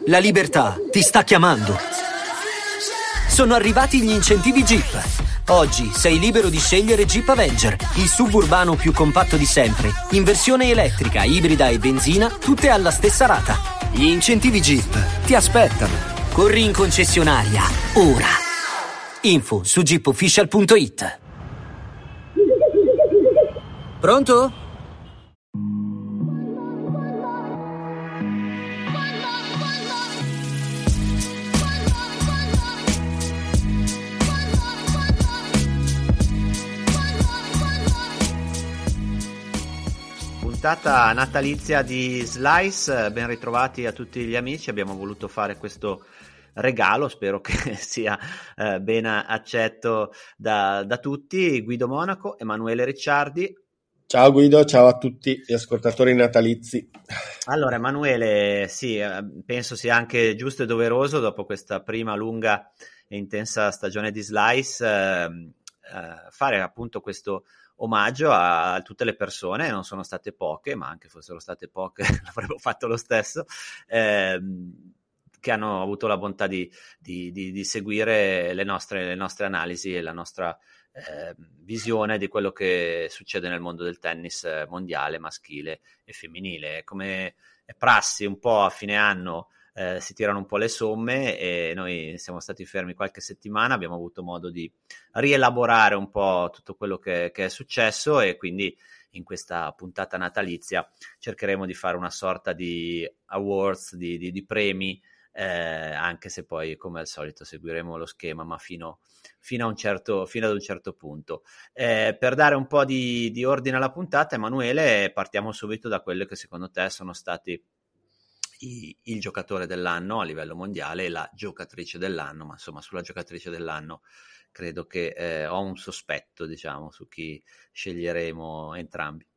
La libertà ti sta chiamando. Sono arrivati gli incentivi Jeep. Oggi sei libero di scegliere Jeep Avenger, il suburbano più compatto di sempre, in versione elettrica, ibrida e benzina, tutte alla stessa rata. Gli incentivi Jeep ti aspettano. Corri in concessionaria, ora. Info su jeepofficial.it. Pronto? Puntata natalizia di Slice, ben ritrovati a tutti gli amici. Abbiamo voluto fare questo regalo, spero che sia ben accetto da tutti. Guido Monaco, Emanuele Ricciardi. Ciao Guido, ciao a tutti gli ascoltatori natalizi. Allora Emanuele, sì, penso sia anche giusto e doveroso dopo questa prima lunga e intensa stagione di Slice fare appunto questo omaggio a tutte le persone, non sono state poche, ma anche fossero state poche l'avremmo fatto lo stesso, che hanno avuto la bontà di seguire le nostre analisi e la nostra visione di quello che succede nel mondo del tennis mondiale, maschile e femminile. Come è prassi un po' a fine anno si tirano un po' le somme e noi siamo stati fermi qualche settimana, abbiamo avuto modo di rielaborare un po' tutto quello che è successo e quindi in questa puntata natalizia cercheremo di fare una sorta di awards, di premi, anche se poi come al solito seguiremo lo schema ma fino ad un certo punto. Per dare un po' di ordine alla puntata, Emanuele, partiamo subito da quello che secondo te sono stati il giocatore dell'anno a livello mondiale e la giocatrice dell'anno, ma insomma sulla giocatrice dell'anno credo che ho un sospetto, diciamo, su chi sceglieremo entrambi.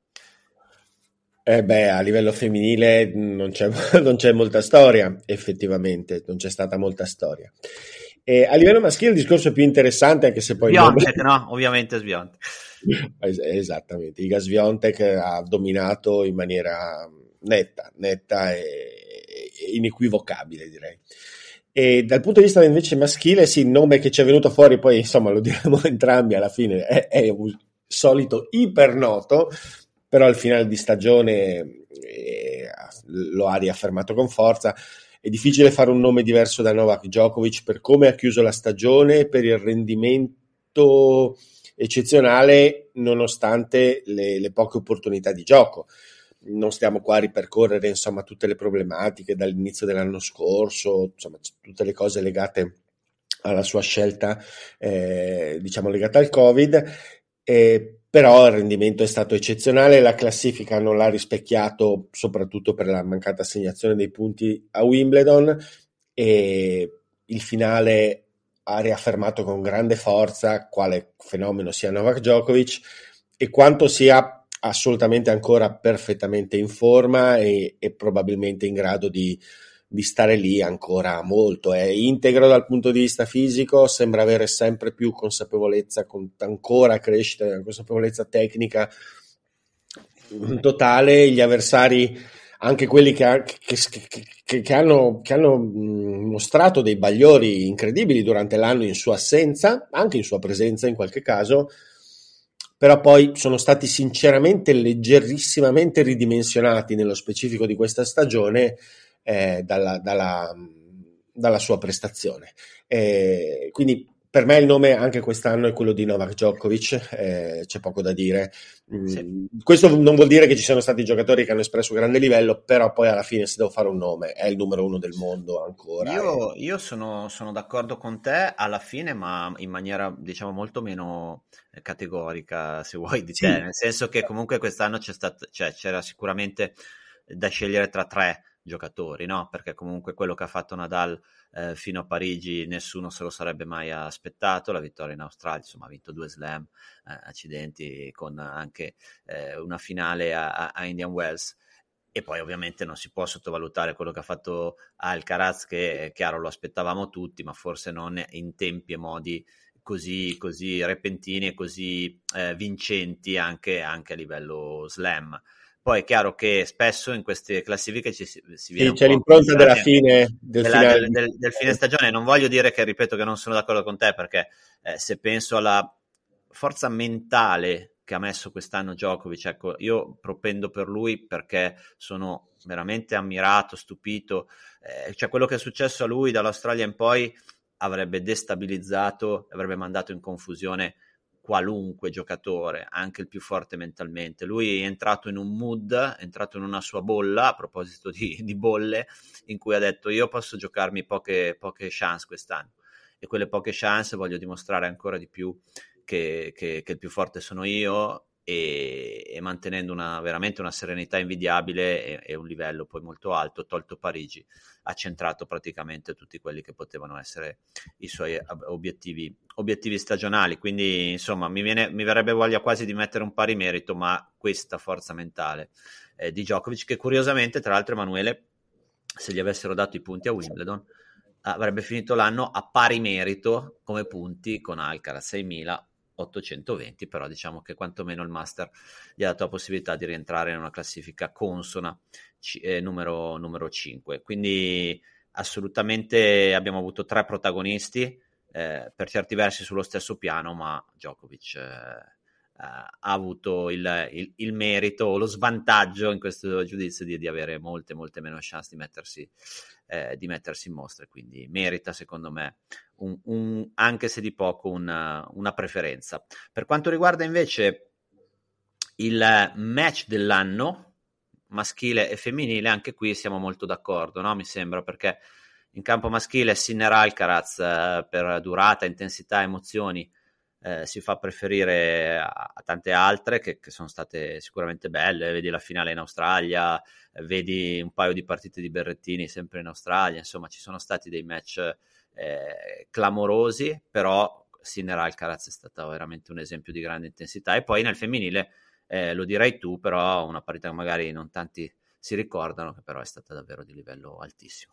A livello femminile non c'è molta storia, effettivamente, non c'è stata molta storia. A livello maschile il discorso è più interessante, anche se poi... Swiatek, no? Ovviamente Swiatek. Esattamente, Iga Swiatek ha dominato in maniera netta e inequivocabile, direi. E dal punto di vista invece maschile, sì, il nome che ci è venuto fuori, poi insomma lo diremo entrambi alla fine, è un solito ipernoto, però al finale di stagione lo ha riaffermato con forza. È difficile fare un nome diverso da Novak Djokovic per come ha chiuso la stagione, per il rendimento eccezionale nonostante le poche opportunità di gioco. Non stiamo qua a ripercorrere insomma tutte le problematiche dall'inizio dell'anno scorso, insomma tutte le cose legate alla sua scelta, diciamo legata al Covid, però il rendimento è stato eccezionale, la classifica non l'ha rispecchiato soprattutto per la mancata assegnazione dei punti a Wimbledon e il finale ha riaffermato con grande forza quale fenomeno sia Novak Djokovic e quanto sia assolutamente ancora perfettamente in forma e probabilmente in grado di stare lì ancora molto. È integro dal punto di vista fisico, sembra avere sempre più consapevolezza, ancora crescita nella consapevolezza tecnica totale. Gli avversari, anche quelli che hanno mostrato dei bagliori incredibili durante l'anno in sua assenza, anche in sua presenza in qualche caso, però poi sono stati sinceramente leggerissimamente ridimensionati nello specifico di questa stagione dalla sua prestazione. Quindi per me il nome anche quest'anno è quello di Novak Djokovic, c'è poco da dire. Sì. Questo non vuol dire che ci siano stati giocatori che hanno espresso grande livello, però poi alla fine se devo fare un nome è il numero uno del mondo ancora. Io sono d'accordo con te alla fine, ma in maniera diciamo molto meno categorica, se vuoi, di te, nel senso che comunque quest'anno c'era sicuramente da scegliere tra tre giocatori, no? Perché comunque quello che ha fatto Nadal fino a Parigi nessuno se lo sarebbe mai aspettato, la vittoria in Australia, insomma ha vinto 2 slam, accidenti, con anche una finale a Indian Wells. E poi ovviamente non si può sottovalutare quello che ha fatto Alcaraz, che è chiaro lo aspettavamo tutti, ma forse non in tempi e modi così repentini e così vincenti anche a livello slam. Poi è chiaro che spesso in queste classifiche si viene c'è l'impronta della fine del fine stagione. Non voglio dire che, ripeto, che non sono d'accordo con te, perché se penso alla forza mentale che ha messo quest'anno Djokovic, ecco, io propendo per lui perché sono veramente ammirato, stupito, cioè quello che è successo a lui dall'Australia in poi avrebbe destabilizzato, avrebbe mandato in confusione qualunque giocatore, anche il più forte mentalmente. Lui è entrato in un mood, è entrato in una sua bolla, a proposito di bolle, in cui ha detto: io posso giocarmi poche chance quest'anno, e quelle poche chance voglio dimostrare ancora di più che il più forte sono io, e mantenendo veramente una serenità invidiabile e un livello poi molto alto. Tolto Parigi, ha centrato praticamente tutti quelli che potevano essere i suoi obiettivi stagionali. Quindi insomma mi verrebbe voglia quasi di mettere un pari merito, ma questa forza mentale di Djokovic, che curiosamente, tra l'altro, Emanuele, se gli avessero dato i punti a Wimbledon, avrebbe finito l'anno a pari merito come punti con Alcaraz, 6.820, però diciamo che quantomeno il Master gli ha dato la possibilità di rientrare in una classifica consona, numero 5. Quindi assolutamente abbiamo avuto 3 protagonisti, per certi versi sullo stesso piano, ma Djokovic ha avuto il merito o lo svantaggio in questo giudizio di avere molte meno chance di mettersi in mostra, quindi merita, secondo me, anche se di poco, una preferenza. Per quanto riguarda invece il match dell'anno maschile e femminile, anche qui siamo molto d'accordo, no? Mi sembra, perché in campo maschile Sinner Alcaraz, per durata, intensità, emozioni, si fa preferire a tante altre che sono state sicuramente belle. Vedi la finale in Australia, vedi un paio di partite di Berrettini sempre in Australia, insomma ci sono stati dei match clamorosi, però Sinner Alcaraz è stata veramente un esempio di grande intensità. E poi nel femminile, lo dirai tu, però una partita che magari non tanti si ricordano, che però è stata davvero di livello altissimo.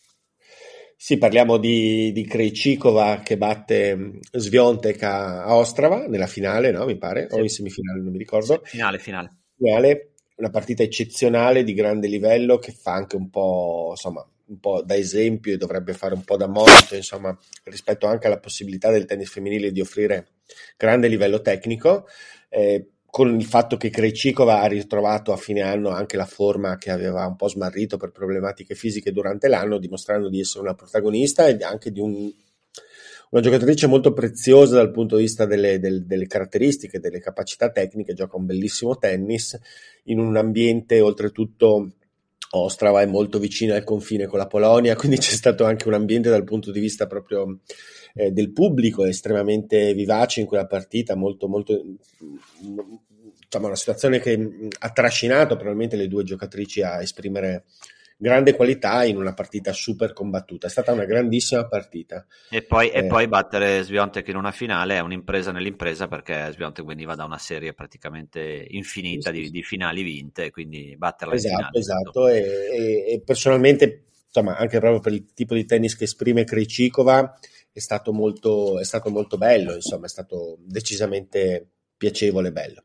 Sì, parliamo di Krejcikova che batte Swiatek a Ostrava nella finale, no? Mi pare, sì. O in semifinale, non mi ricordo. Sì, finale. Una partita eccezionale di grande livello, che fa anche un po' da esempio e dovrebbe fare un po' da monito, insomma, rispetto anche alla possibilità del tennis femminile di offrire grande livello tecnico, con il fatto che Krejcikova ha ritrovato a fine anno anche la forma che aveva un po' smarrito per problematiche fisiche durante l'anno, dimostrando di essere una protagonista e anche di una giocatrice molto preziosa dal punto di vista delle caratteristiche, delle capacità tecniche. Gioca un bellissimo tennis in un ambiente, oltretutto Ostrava è molto vicina al confine con la Polonia, quindi c'è stato anche un ambiente dal punto di vista proprio del pubblico estremamente vivace in quella partita, molto insomma, una situazione che ha trascinato probabilmente le due giocatrici a esprimere grande qualità in una partita super combattuta. È stata una grandissima partita. E poi battere Swiatek in una finale è un'impresa nell'impresa, perché Swiatek veniva da una serie praticamente infinita di finali vinte, quindi batterla in finale. Esatto. E personalmente, insomma, anche proprio per il tipo di tennis che esprime Krejcikova, è stato molto bello, insomma, è stato decisamente piacevole, bello.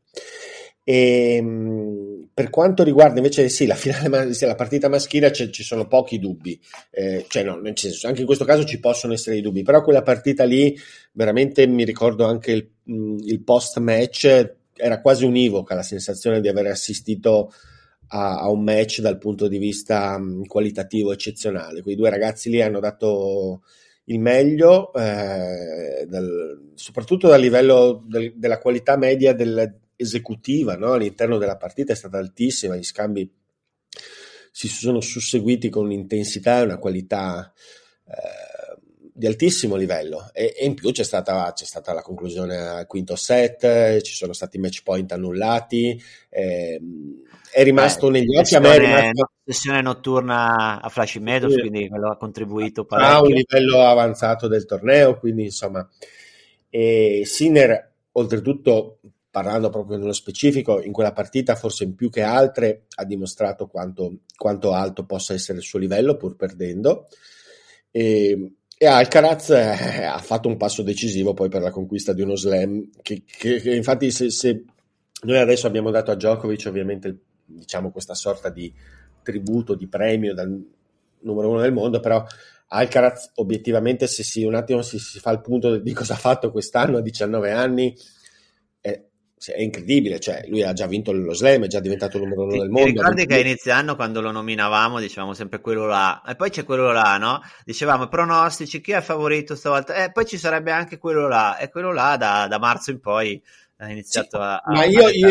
E per quanto riguarda invece la finale, la partita maschile, ci sono pochi dubbi, cioè no, nel senso, anche in questo caso ci possono essere dei dubbi, però quella partita lì veramente mi ricordo anche il post match, era quasi univoca la sensazione di aver assistito a un match dal punto di vista qualitativo eccezionale. Quei due ragazzi lì hanno dato il meglio, soprattutto dal livello della qualità media esecutiva, no? All'interno della partita è stata altissima, gli scambi si sono susseguiti con un'intensità e una qualità di altissimo livello, e in più c'è stata la conclusione al quinto set, ci sono stati match point annullati, è rimasto negli occhi a me sessione notturna a Flushing Meadows, quindi quello ha contribuito parecchio a un livello avanzato del torneo, quindi insomma, e Sinner, oltretutto, parlando proprio nello specifico, in quella partita forse in più che altre ha dimostrato quanto alto possa essere il suo livello pur perdendo, e Alcaraz ha fatto un passo decisivo poi per la conquista di uno slam che infatti se noi adesso abbiamo dato a Djokovic ovviamente diciamo, questa sorta di tributo, di premio dal numero 1 del mondo, però Alcaraz obiettivamente, se un attimo si fa il punto di cosa ha fatto quest'anno a 19 anni, è incredibile, cioè lui ha già vinto lo Slam, è già diventato il numero 1 del mondo. Ti ricordi che a inizio anno, quando lo nominavamo, dicevamo sempre quello là, e poi c'è quello là, no? Dicevamo pronostici, chi è il favorito stavolta? E poi ci sarebbe anche quello là, e quello là da marzo in poi ha iniziato ma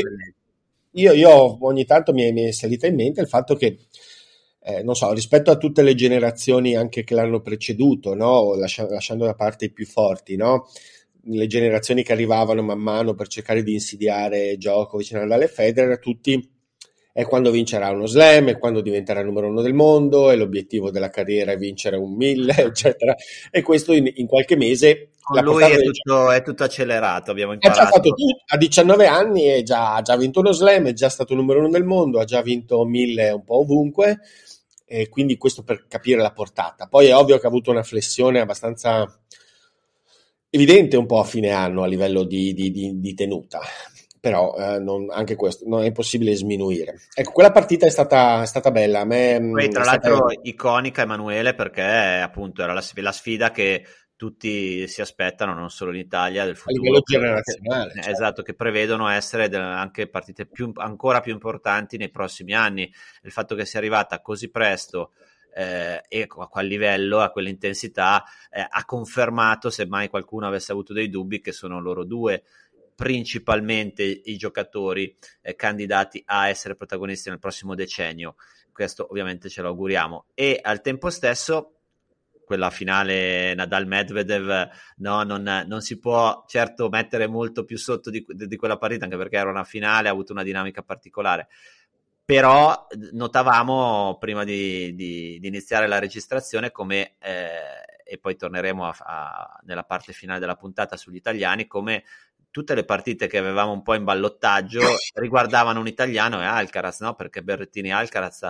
io ogni tanto mi è salita in mente il fatto che non so, rispetto a tutte le generazioni anche che l'hanno preceduto, no? Lasciando da parte i più forti, no? Le generazioni che arrivavano man mano per cercare di insidiare Djokovic, Nadal e Federer, tutti è quando vincerà uno Slam, è quando diventerà il numero 1 del mondo, e l'obiettivo della carriera è vincere un 1000, eccetera. E questo in qualche mese con lui è tutto accelerato, abbiamo imparato. Ha già fatto tutto, a 19 anni ha già vinto uno Slam, è già stato il numero 1 del mondo, ha già vinto 1000 un po' ovunque, e quindi questo per capire la portata. Poi è ovvio che ha avuto una flessione abbastanza evidente un po' a fine anno a livello di tenuta, però anche questo non è possibile sminuire. Ecco, quella partita è stata bella. A me, poi tra l'altro iconica, Emanuele, perché appunto era la sfida che tutti si aspettano, non solo in Italia, del futuro. A livello generazionale. Esatto, certo, che prevedono essere anche partite ancora più importanti nei prossimi anni. Il fatto che sia arrivata così presto e a quel livello, a quell'intensità, ha confermato, se mai qualcuno avesse avuto dei dubbi, che sono loro due principalmente i giocatori candidati a essere protagonisti nel prossimo decennio. Questo ovviamente ce lo auguriamo, e al tempo stesso quella finale Nadal-Medvedev non si può certo mettere molto più sotto di quella partita, anche perché era una finale, ha avuto una dinamica particolare. Però notavamo prima di iniziare la registrazione come, e poi torneremo nella parte finale della puntata sugli italiani, come tutte le partite che avevamo un po' in ballottaggio riguardavano un italiano e Alcaraz, no? Perché Berrettini-Alcaraz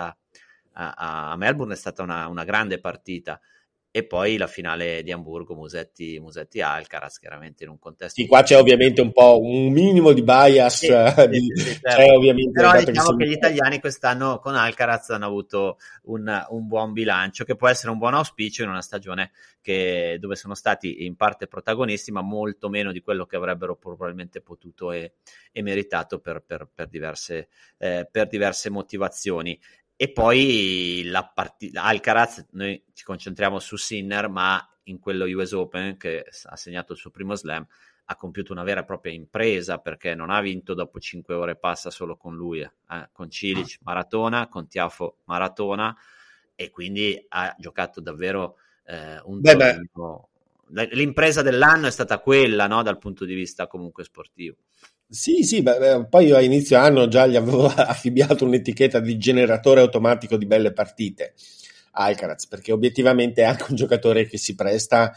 a Melbourne è stata una grande partita. E poi la finale di Amburgo, Musetti-Alcaraz, chiaramente in un contesto... Sì, qua c'è ovviamente un po' un minimo di bias, certo. C'è ovviamente, però diciamo che gli italiani quest'anno con Alcaraz hanno avuto un buon bilancio, che può essere un buon auspicio in una stagione dove sono stati in parte protagonisti, ma molto meno di quello che avrebbero probabilmente potuto e meritato per diverse motivazioni. E poi la partita Alcaraz, noi ci concentriamo su Sinner, ma in quello US Open, che ha segnato il suo primo Slam, ha compiuto una vera e propria impresa, perché non ha vinto dopo 5 ore passa solo con lui, con Cilic maratona, con Tiafoe maratona, e quindi ha giocato davvero un torneo. L'impresa dell'anno è stata quella, no? Dal punto di vista comunque sportivo. Sì, poi io a inizio anno già gli avevo affibbiato un'etichetta di generatore automatico di belle partite Alcaraz, perché obiettivamente è anche un giocatore che si presta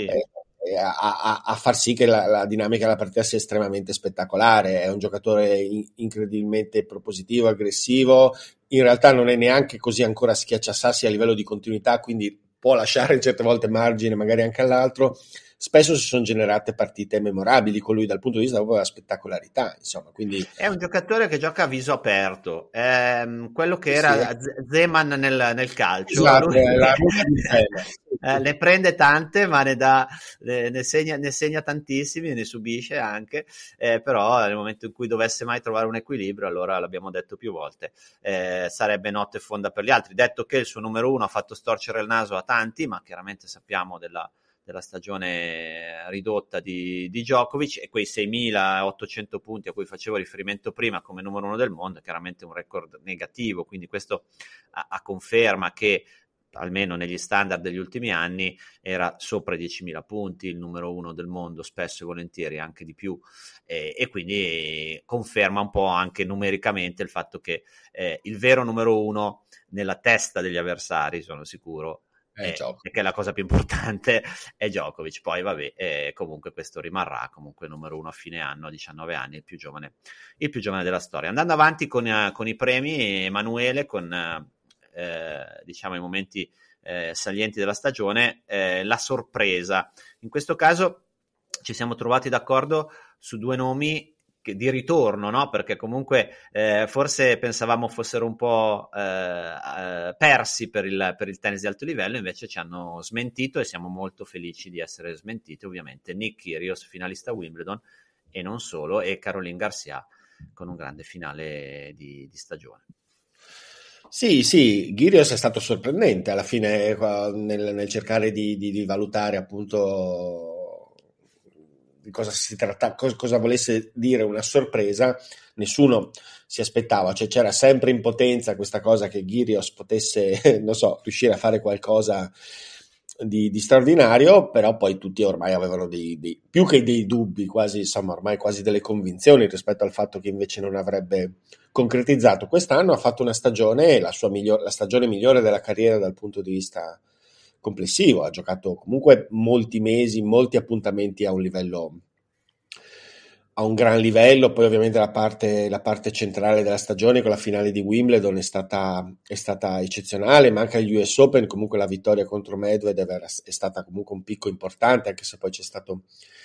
a far sì che la dinamica della partita sia estremamente spettacolare. È un giocatore incredibilmente propositivo, aggressivo, in realtà non è neanche così ancora schiacciasassi a livello di continuità, quindi può lasciare certe volte margine magari anche all'altro. Spesso si sono generate partite memorabili con lui dal punto di vista della spettacolarità, insomma, quindi... È un giocatore che gioca a viso aperto, quello che era Zeman nel calcio. Esatto, ne prende tante, ma ne segna tantissimi, ne subisce anche, però nel momento in cui dovesse mai trovare un equilibrio, allora l'abbiamo detto più volte, sarebbe notte fonda per gli altri. Detto che il suo numero 1 ha fatto storcere il naso a tanti, ma chiaramente sappiamo della stagione ridotta di Djokovic, e quei 6.800 punti a cui facevo riferimento prima come numero 1 del mondo è chiaramente un record negativo, quindi questo a conferma che almeno negli standard degli ultimi anni era sopra i 10.000 punti il numero 1 del mondo, spesso e volentieri anche di più, e quindi conferma un po' anche numericamente il fatto che il vero numero 1 nella testa degli avversari, sono sicuro, e che la cosa più importante è Djokovic. Poi vabbè, comunque questo rimarrà comunque numero 1 a fine anno, a 19 anni, il più giovane della storia. Andando avanti con i premi, Emanuele, con diciamo i momenti salienti della stagione, la sorpresa. In questo caso ci siamo trovati d'accordo su due nomi di ritorno, no? Perché comunque forse pensavamo fossero un po' persi per il tennis di alto livello, invece ci hanno smentito e siamo molto felici di essere smentiti, ovviamente. Nick Kyrgios, finalista Wimbledon, e non solo, e Caroline Garcia con un grande finale di stagione. Sì, Kyrgios è stato sorprendente alla fine nel cercare di valutare appunto di cosa si tratta, cosa volesse dire una sorpresa. Nessuno si aspettava, cioè c'era sempre in potenza questa cosa che Kyrgios potesse, non so, riuscire a fare qualcosa di straordinario, però poi tutti ormai avevano più che dei dubbi, quasi, insomma, ormai quasi delle convinzioni rispetto al fatto che invece non avrebbe concretizzato. Quest'anno ha fatto una stagione, la stagione migliore della carriera dal punto di vista complessivo, ha giocato comunque molti mesi, molti appuntamenti a un gran livello. Poi ovviamente la parte centrale della stagione con la finale di Wimbledon è stata eccezionale, ma anche agli US Open comunque la vittoria contro Medvedev è stata comunque un picco importante, anche se poi c'è stato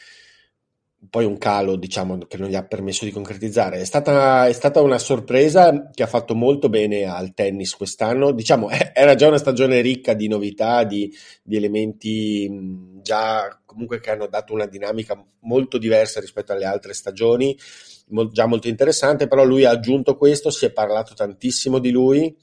poi un calo, diciamo, che non gli ha permesso di concretizzare. È stata una sorpresa che ha fatto molto bene al tennis quest'anno, diciamo. Era già una stagione ricca di novità, di elementi già comunque che hanno dato una dinamica molto diversa rispetto alle altre stagioni, già molto interessante, però lui ha aggiunto questo, si è parlato tantissimo di lui,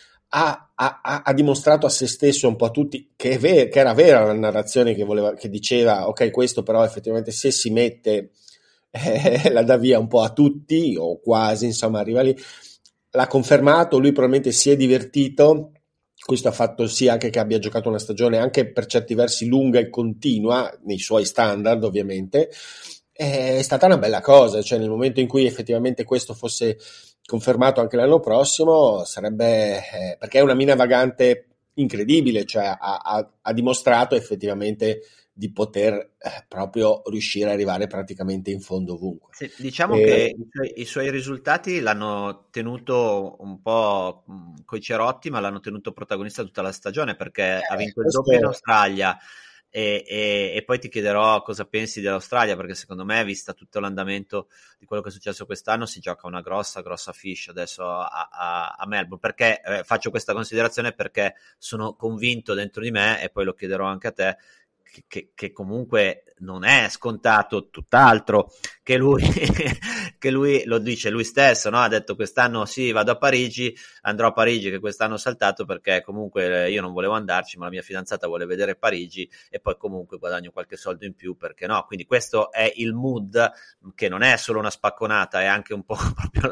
ha dimostrato a se stesso, un po' a tutti, che era vera la narrazione che diceva ok, questo però effettivamente se si mette la dà via un po' a tutti, o quasi, insomma arriva lì. L'ha confermato, lui probabilmente si è divertito. Questo ha fatto sì anche che abbia giocato una stagione anche per certi versi lunga e continua, nei suoi standard ovviamente. È stata una bella cosa, cioè nel momento in cui effettivamente questo fosse confermato anche l'anno prossimo, sarebbe perché è una mina vagante incredibile, cioè ha dimostrato effettivamente di poter proprio riuscire ad arrivare praticamente in fondo ovunque. Sì, diciamo che i suoi risultati l'hanno tenuto un po' coi cerotti, ma l'hanno tenuto protagonista tutta la stagione, perché ha vinto il doppio in Australia. E poi ti chiederò cosa pensi dell'Australia, perché secondo me, vista tutto l'andamento di quello che è successo quest'anno, si gioca una grossa fish adesso a Melbourne. Perché faccio questa considerazione? Perché sono convinto dentro di me, e poi lo chiederò anche a te, che comunque non è scontato, tutt'altro, che lui lo dice lui stesso, no? Ha detto quest'anno sì, vado a Parigi, andrò a Parigi, che quest'anno ho saltato perché comunque io non volevo andarci, ma la mia fidanzata vuole vedere Parigi, e poi comunque guadagno qualche soldo in più, perché no? Quindi questo è il mood, che non è solo una spacconata, è anche un po' proprio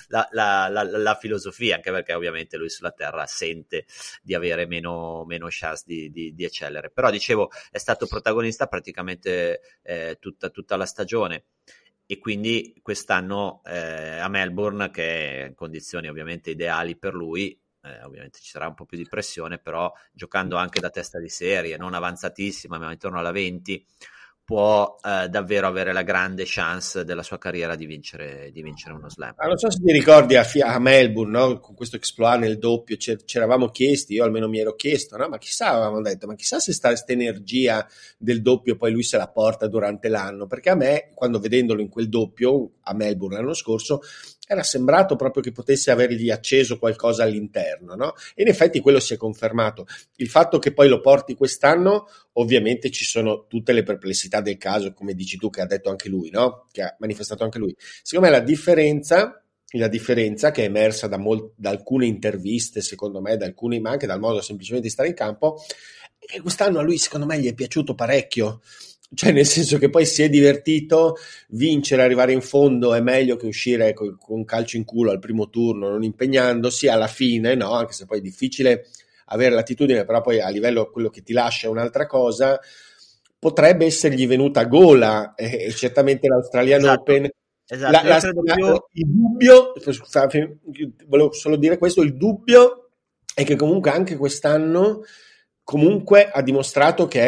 la filosofia, anche perché ovviamente lui sulla terra sente di avere meno chance di eccellere. Però dicevo, è stato protagonista praticamente tutta la stagione, e quindi quest'anno a Melbourne, che è in condizioni ovviamente ideali per lui, ovviamente ci sarà un po' più di pressione, però giocando anche da testa di serie, non avanzatissima ma intorno alla 20, può davvero avere la grande chance della sua carriera di vincere uno slam. Non so se ti ricordi a Melbourne, no? Con questo exploit nel doppio ci eravamo chiesti, io almeno mi ero chiesto, no? Ma chissà, avevamo detto, ma chissà se questa energia del doppio poi lui se la porta durante l'anno, perché a me, quando vedendolo in quel doppio a Melbourne l'anno scorso, era sembrato proprio che potesse avergli acceso qualcosa all'interno, no? E in effetti quello si è confermato. Il fatto che poi lo porti quest'anno, ovviamente ci sono tutte le perplessità del caso, come dici tu, che ha detto anche lui, no? Che ha manifestato anche lui. Secondo me la differenza che è emersa da alcune interviste, secondo me, ma anche dal modo semplicemente di stare in campo, è che quest'anno a lui, secondo me, gli è piaciuto parecchio. Cioè, nel senso che poi si è divertito. Vincere, arrivare in fondo è meglio che uscire con un calcio in culo al primo turno, non impegnandosi alla fine, no? Anche se poi è difficile avere l'attitudine, però poi a livello quello che ti lascia è un'altra cosa. Potrebbe essergli venuta a gola, e certamente l'Australian Open. Esatto. Il dubbio, scusate, volevo solo dire questo, il dubbio è che comunque anche quest'anno comunque ha dimostrato che è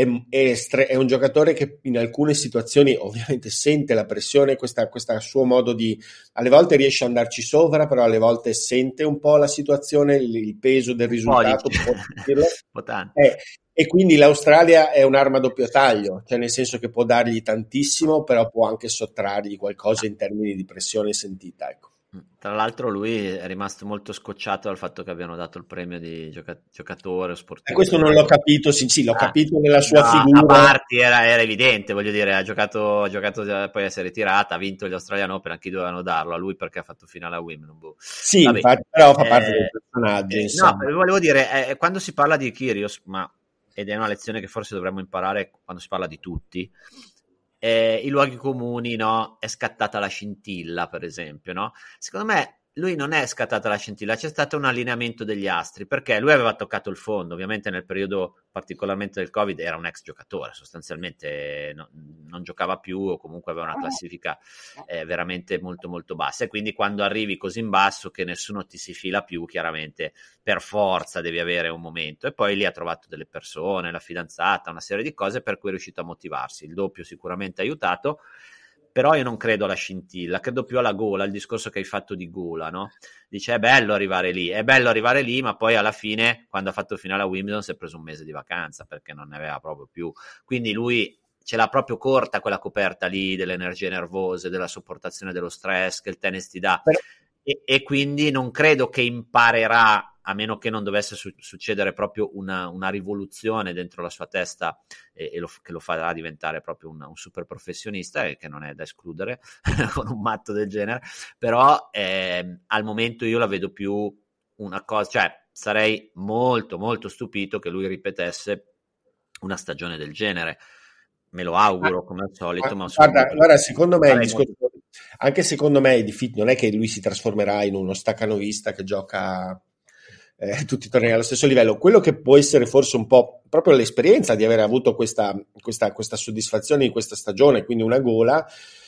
un giocatore che in alcune situazioni ovviamente sente la pressione, questo suo modo di, alle volte riesce ad andarci sopra, però alle volte sente un po' la situazione, il peso del risultato, E quindi l'Australia è un'arma a doppio taglio, cioè nel senso che può dargli tantissimo, però può anche sottrargli qualcosa in termini di pressione sentita, ecco. Tra l'altro lui è rimasto molto scocciato dal fatto che abbiano dato il premio di giocatore o sportivo. Questo non l'ho capito, sì, l'ho capito nella sua figura. A parti era evidente, voglio dire, ha giocato poi si è ritirata, ha vinto gli Australian Open, anche dovevano darlo a lui perché ha fatto finale a Wimbledon. Sì, vabbè. Infatti, però fa parte del personaggio. No, volevo dire, quando si parla di Kyrgios, ed è una lezione che forse dovremmo imparare quando si parla di tutti, i luoghi comuni, no? È scattata la scintilla, per esempio, no? Secondo me lui non è scattata la scintilla, c'è stato un allineamento degli astri, perché lui aveva toccato il fondo, ovviamente nel periodo particolarmente del Covid era un ex giocatore, sostanzialmente non giocava più o comunque aveva una classifica veramente molto molto bassa, e quindi quando arrivi così in basso che nessuno ti si fila più, chiaramente per forza devi avere un momento, e poi lì ha trovato delle persone, la fidanzata, una serie di cose per cui è riuscito a motivarsi. Il doppio sicuramente ha aiutato, però io non credo alla scintilla, credo più alla gola, il discorso che hai fatto di gola, no? Dice è bello arrivare lì, ma poi alla fine, quando ha fatto finale a Wimbledon, si è preso un mese di vacanza, perché non ne aveva proprio più, quindi lui ce l'ha proprio corta quella coperta lì delle energie nervose, della sopportazione dello stress che il tennis ti dà, e quindi non credo che imparerà, a meno che non dovesse succedere proprio una rivoluzione dentro la sua testa che lo farà diventare proprio un super professionista, e che non è da escludere con un matto del genere, però al momento io la vedo più una cosa, cioè sarei molto molto stupito che lui ripetesse una stagione del genere, me lo auguro come al solito, ma guarda, secondo me anche secondo me è difficile, non è che lui si trasformerà in uno staccanovista che gioca tutti i tornei allo stesso livello. Quello che può essere forse un po' proprio l'esperienza di aver avuto questa soddisfazione in questa stagione, quindi una gola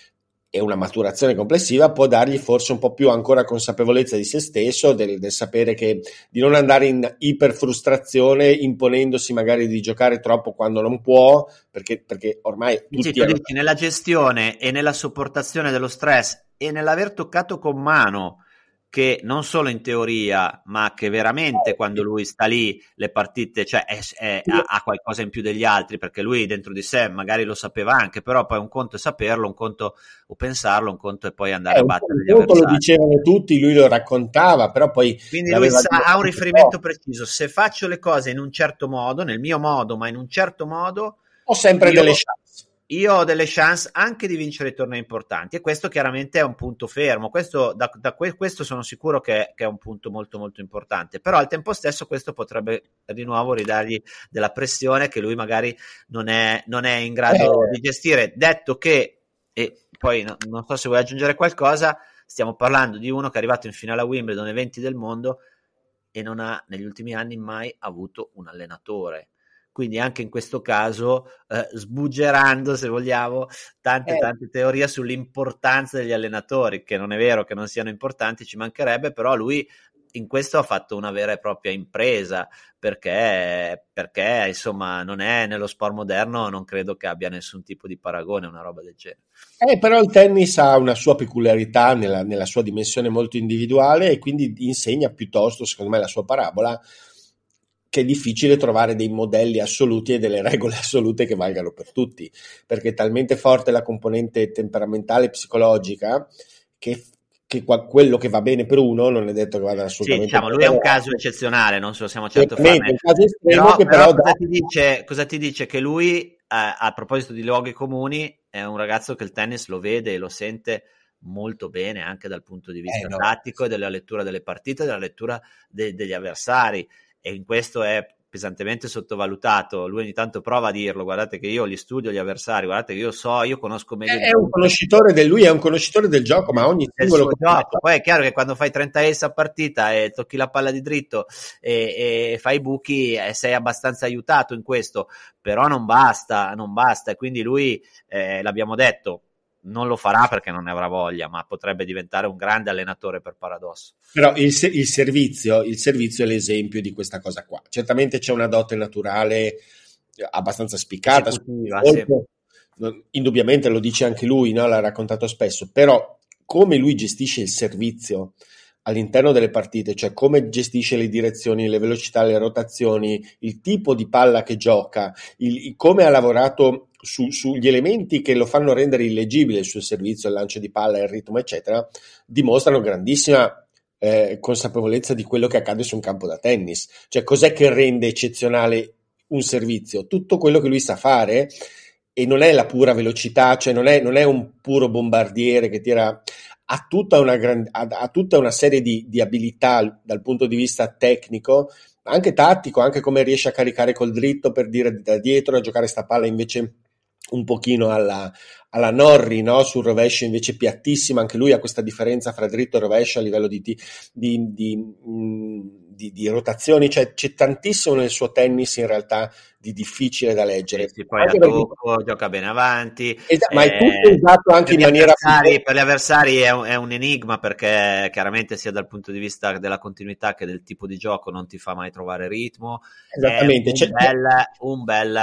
e una maturazione complessiva, può dargli forse un po' più ancora consapevolezza di se stesso, del sapere di non andare in iperfrustrazione imponendosi magari di giocare troppo quando non può, perché ormai tutti dici, nella gestione e nella sopportazione dello stress e nell'aver toccato con mano, che non solo in teoria, ma che veramente quando lui sta lì le partite, cioè ha qualcosa in più degli altri, perché lui dentro di sé magari lo sapeva anche, però poi un conto è saperlo, un conto o pensarlo, un conto è poi andare a battere gli avversari. Lo dicevano tutti, lui lo raccontava, però poi quindi lui ha un riferimento preciso: se faccio le cose in un certo modo, nel mio modo, ma in un certo modo, ho sempre delle chance. Io ho delle chance anche di vincere tornei importanti, e questo chiaramente è un punto fermo. Questo sono sicuro che è un punto molto molto importante, però al tempo stesso questo potrebbe di nuovo ridargli della pressione che lui magari non è in grado di gestire. Detto che, e poi non so se vuoi aggiungere qualcosa, stiamo parlando di uno che è arrivato in finale a Wimbledon, eventi del mondo, e non ha negli ultimi anni mai avuto un allenatore. Quindi anche in questo caso sbuggerando, se vogliamo, tante teorie sull'importanza degli allenatori, che non è vero che non siano importanti, ci mancherebbe, però lui in questo ha fatto una vera e propria impresa, perché insomma non è nello sport moderno, non credo che abbia nessun tipo di paragone una roba del genere. Però il tennis ha una sua peculiarità nella sua dimensione molto individuale, e quindi insegna piuttosto, secondo me, la sua parabola, che è difficile trovare dei modelli assoluti e delle regole assolute che valgano per tutti, perché è talmente forte la componente temperamentale e psicologica che quello che va bene per uno non è detto che vada assolutamente bene. Lui è un caso eccezionale, non se lo siamo certo farne. Però cosa ti dice? Che lui, a proposito di luoghi comuni, è un ragazzo che il tennis lo vede e lo sente molto bene, anche dal punto di vista tattico e della lettura delle partite, della lettura degli avversari, e in questo è pesantemente sottovalutato. Lui ogni tanto prova a dirlo: guardate che io li studio gli avversari, guardate che io conosco meglio. È un conoscitore lui è un conoscitore del gioco, ma ogni singolo gioco. Poi è chiaro che quando fai 30 ace a partita e tocchi la palla di dritto e fai buchi, sei abbastanza aiutato in questo, però non basta, e quindi lui, l'abbiamo detto, non lo farà perché non ne avrà voglia, ma potrebbe diventare un grande allenatore per paradosso. Però il servizio è l'esempio di questa cosa qua. Certamente c'è una dote naturale abbastanza spiccata, indubbiamente lo dice anche lui, no? L'ha raccontato spesso, però come lui gestisce il servizio all'interno delle partite, cioè come gestisce le direzioni, le velocità, le rotazioni, il tipo di palla che gioca, come ha lavorato sugli elementi che lo fanno rendere illeggibile il suo servizio, il lancio di palla, il ritmo, eccetera, dimostrano grandissima consapevolezza di quello che accade su un campo da tennis. Cioè, cos'è che rende eccezionale un servizio? Tutto quello che lui sa fare, e non è la pura velocità, cioè non è un puro bombardiere che tira, ha tutta una serie di abilità dal punto di vista tecnico, anche tattico, anche come riesce a caricare col dritto, per dire, da dietro, a giocare sta palla invece un pochino alla Norrie, no? Sul rovescio invece piattissimo. Anche lui ha questa differenza fra dritto e rovescio a livello di rotazioni, cioè c'è tantissimo nel suo tennis in realtà di difficile da leggere. Sì, poi a tocco, gioca bene avanti, ma è tutto usato anche in maniera per gli avversari è un enigma, perché chiaramente sia dal punto di vista della continuità che del tipo di gioco non ti fa mai trovare ritmo. Esattamente, è un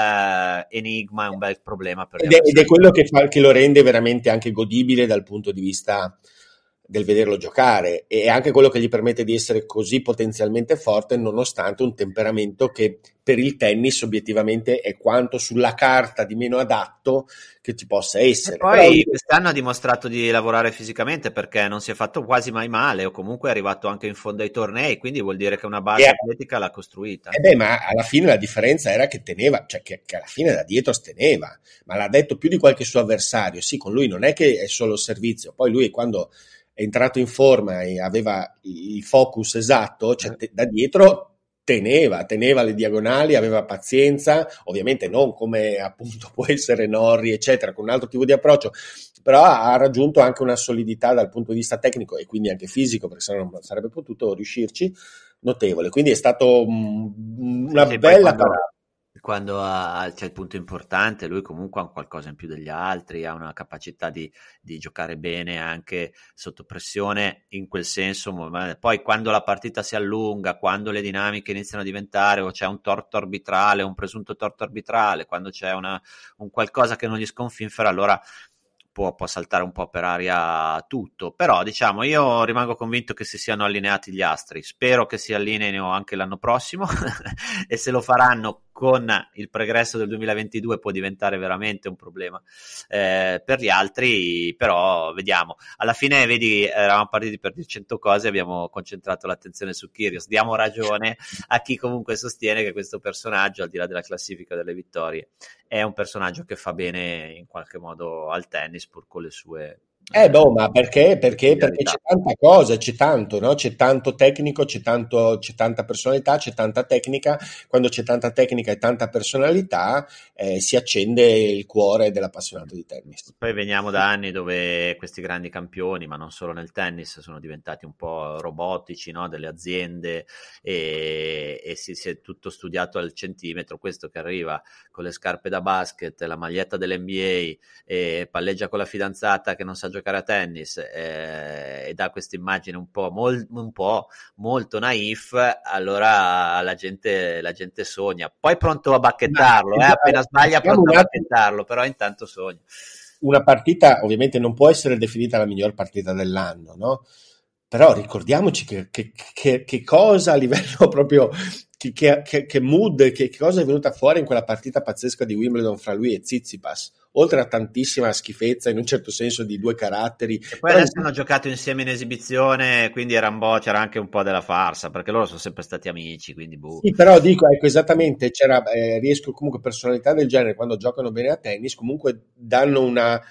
bel enigma, è un bel problema per ed è quello che lo rende veramente anche godibile dal punto di vista del vederlo giocare, e anche quello che gli permette di essere così potenzialmente forte nonostante un temperamento che per il tennis obiettivamente è quanto sulla carta di meno adatto che ci possa essere. E poi quest'anno ha dimostrato di lavorare fisicamente, perché non si è fatto quasi mai male, o comunque è arrivato anche in fondo ai tornei, quindi vuol dire che una base atletica l'ha costruita. Ma alla fine la differenza era che teneva, cioè che alla fine da dietro steneva, ma l'ha detto più di qualche suo avversario. Sì, con lui non è che è solo servizio, poi lui quando è entrato in forma e aveva il focus esatto, cioè da dietro teneva le diagonali, aveva pazienza, ovviamente non come appunto può essere Norrie eccetera, con un altro tipo di approccio, però ha raggiunto anche una solidità dal punto di vista tecnico e quindi anche fisico, perché sennò non sarebbe potuto riuscirci, notevole. Quindi è stato una bella parata. Quando c'è il punto importante, lui comunque ha qualcosa in più degli altri, ha una capacità di giocare bene anche sotto pressione, in quel senso. Poi quando la partita si allunga, quando le dinamiche iniziano a diventare, o c'è un torto arbitrale, un presunto torto arbitrale, quando c'è un qualcosa che non gli sconfinfera, allora può saltare un po' per aria tutto. Però diciamo, io rimango convinto che si siano allineati gli astri, spero che si allineino anche l'anno prossimo e se lo faranno con il pregresso del 2022 può diventare veramente un problema per gli altri, però vediamo. Alla fine vedi, eravamo partiti per dire 100 cose, abbiamo concentrato l'attenzione su Kyrgios. Diamo ragione a chi comunque sostiene che questo personaggio, al di là della classifica delle vittorie, è un personaggio che fa bene in qualche modo al tennis, pur con le sue ma perché c'è tanta cosa, c'è tanto, no? C'è tanto tecnico, c'è tanta personalità, c'è tanta tecnica. Quando c'è tanta tecnica e tanta personalità si accende il cuore dell'appassionato di tennis. Poi veniamo da anni dove questi grandi campioni, ma non solo nel tennis, sono diventati un po' robotici, no? Delle aziende, e si è tutto studiato al centimetro. Questo che arriva con le scarpe da basket, la maglietta dell'NBA, e palleggia con la fidanzata che non sa giocare a tennis, e dà questa immagine un po' molto naif, allora la gente sogna. Poi pronto a bacchettarlo, appena sbaglia pronto a bacchettarlo, però intanto sogna. Una partita ovviamente non può essere definita la miglior partita dell'anno, no? Però ricordiamoci che cosa a livello proprio, che mood, che cosa è venuta fuori in quella partita pazzesca di Wimbledon fra lui e Tsitsipas, oltre a tantissima schifezza in un certo senso di due caratteri. E poi adesso hanno giocato insieme in esibizione, quindi c'era anche un po' della farsa, perché loro sono sempre stati amici, quindi Sì, però dico, esattamente, riesco comunque personalità del genere quando giocano bene a tennis, comunque danno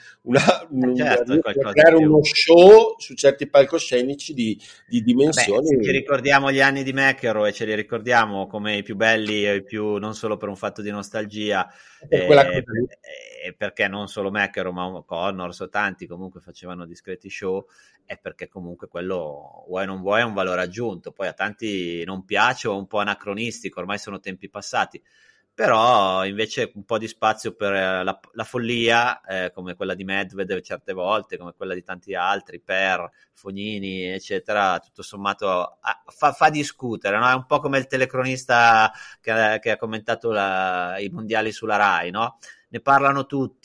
creare uno show su certi palcoscenici di dimensioni. Se ci ricordiamo gli anni di McEnroe e ce li ricordiamo come i più belli e i più, non solo per un fatto di nostalgia, perché non solo McEnroe ma Connors o tanti comunque facevano discreti show, è perché comunque quello, vuoi non vuoi, è un valore aggiunto. Poi a tanti non piace o è un po' anacronistico, ormai sono tempi passati, però invece un po' di spazio per la follia, come quella di Medvedev certe volte, come quella di tanti altri, per Fognini eccetera, tutto sommato fa discutere, no? È un po' come il telecronista che ha commentato i mondiali sulla Rai, no? Ne parlano tutti,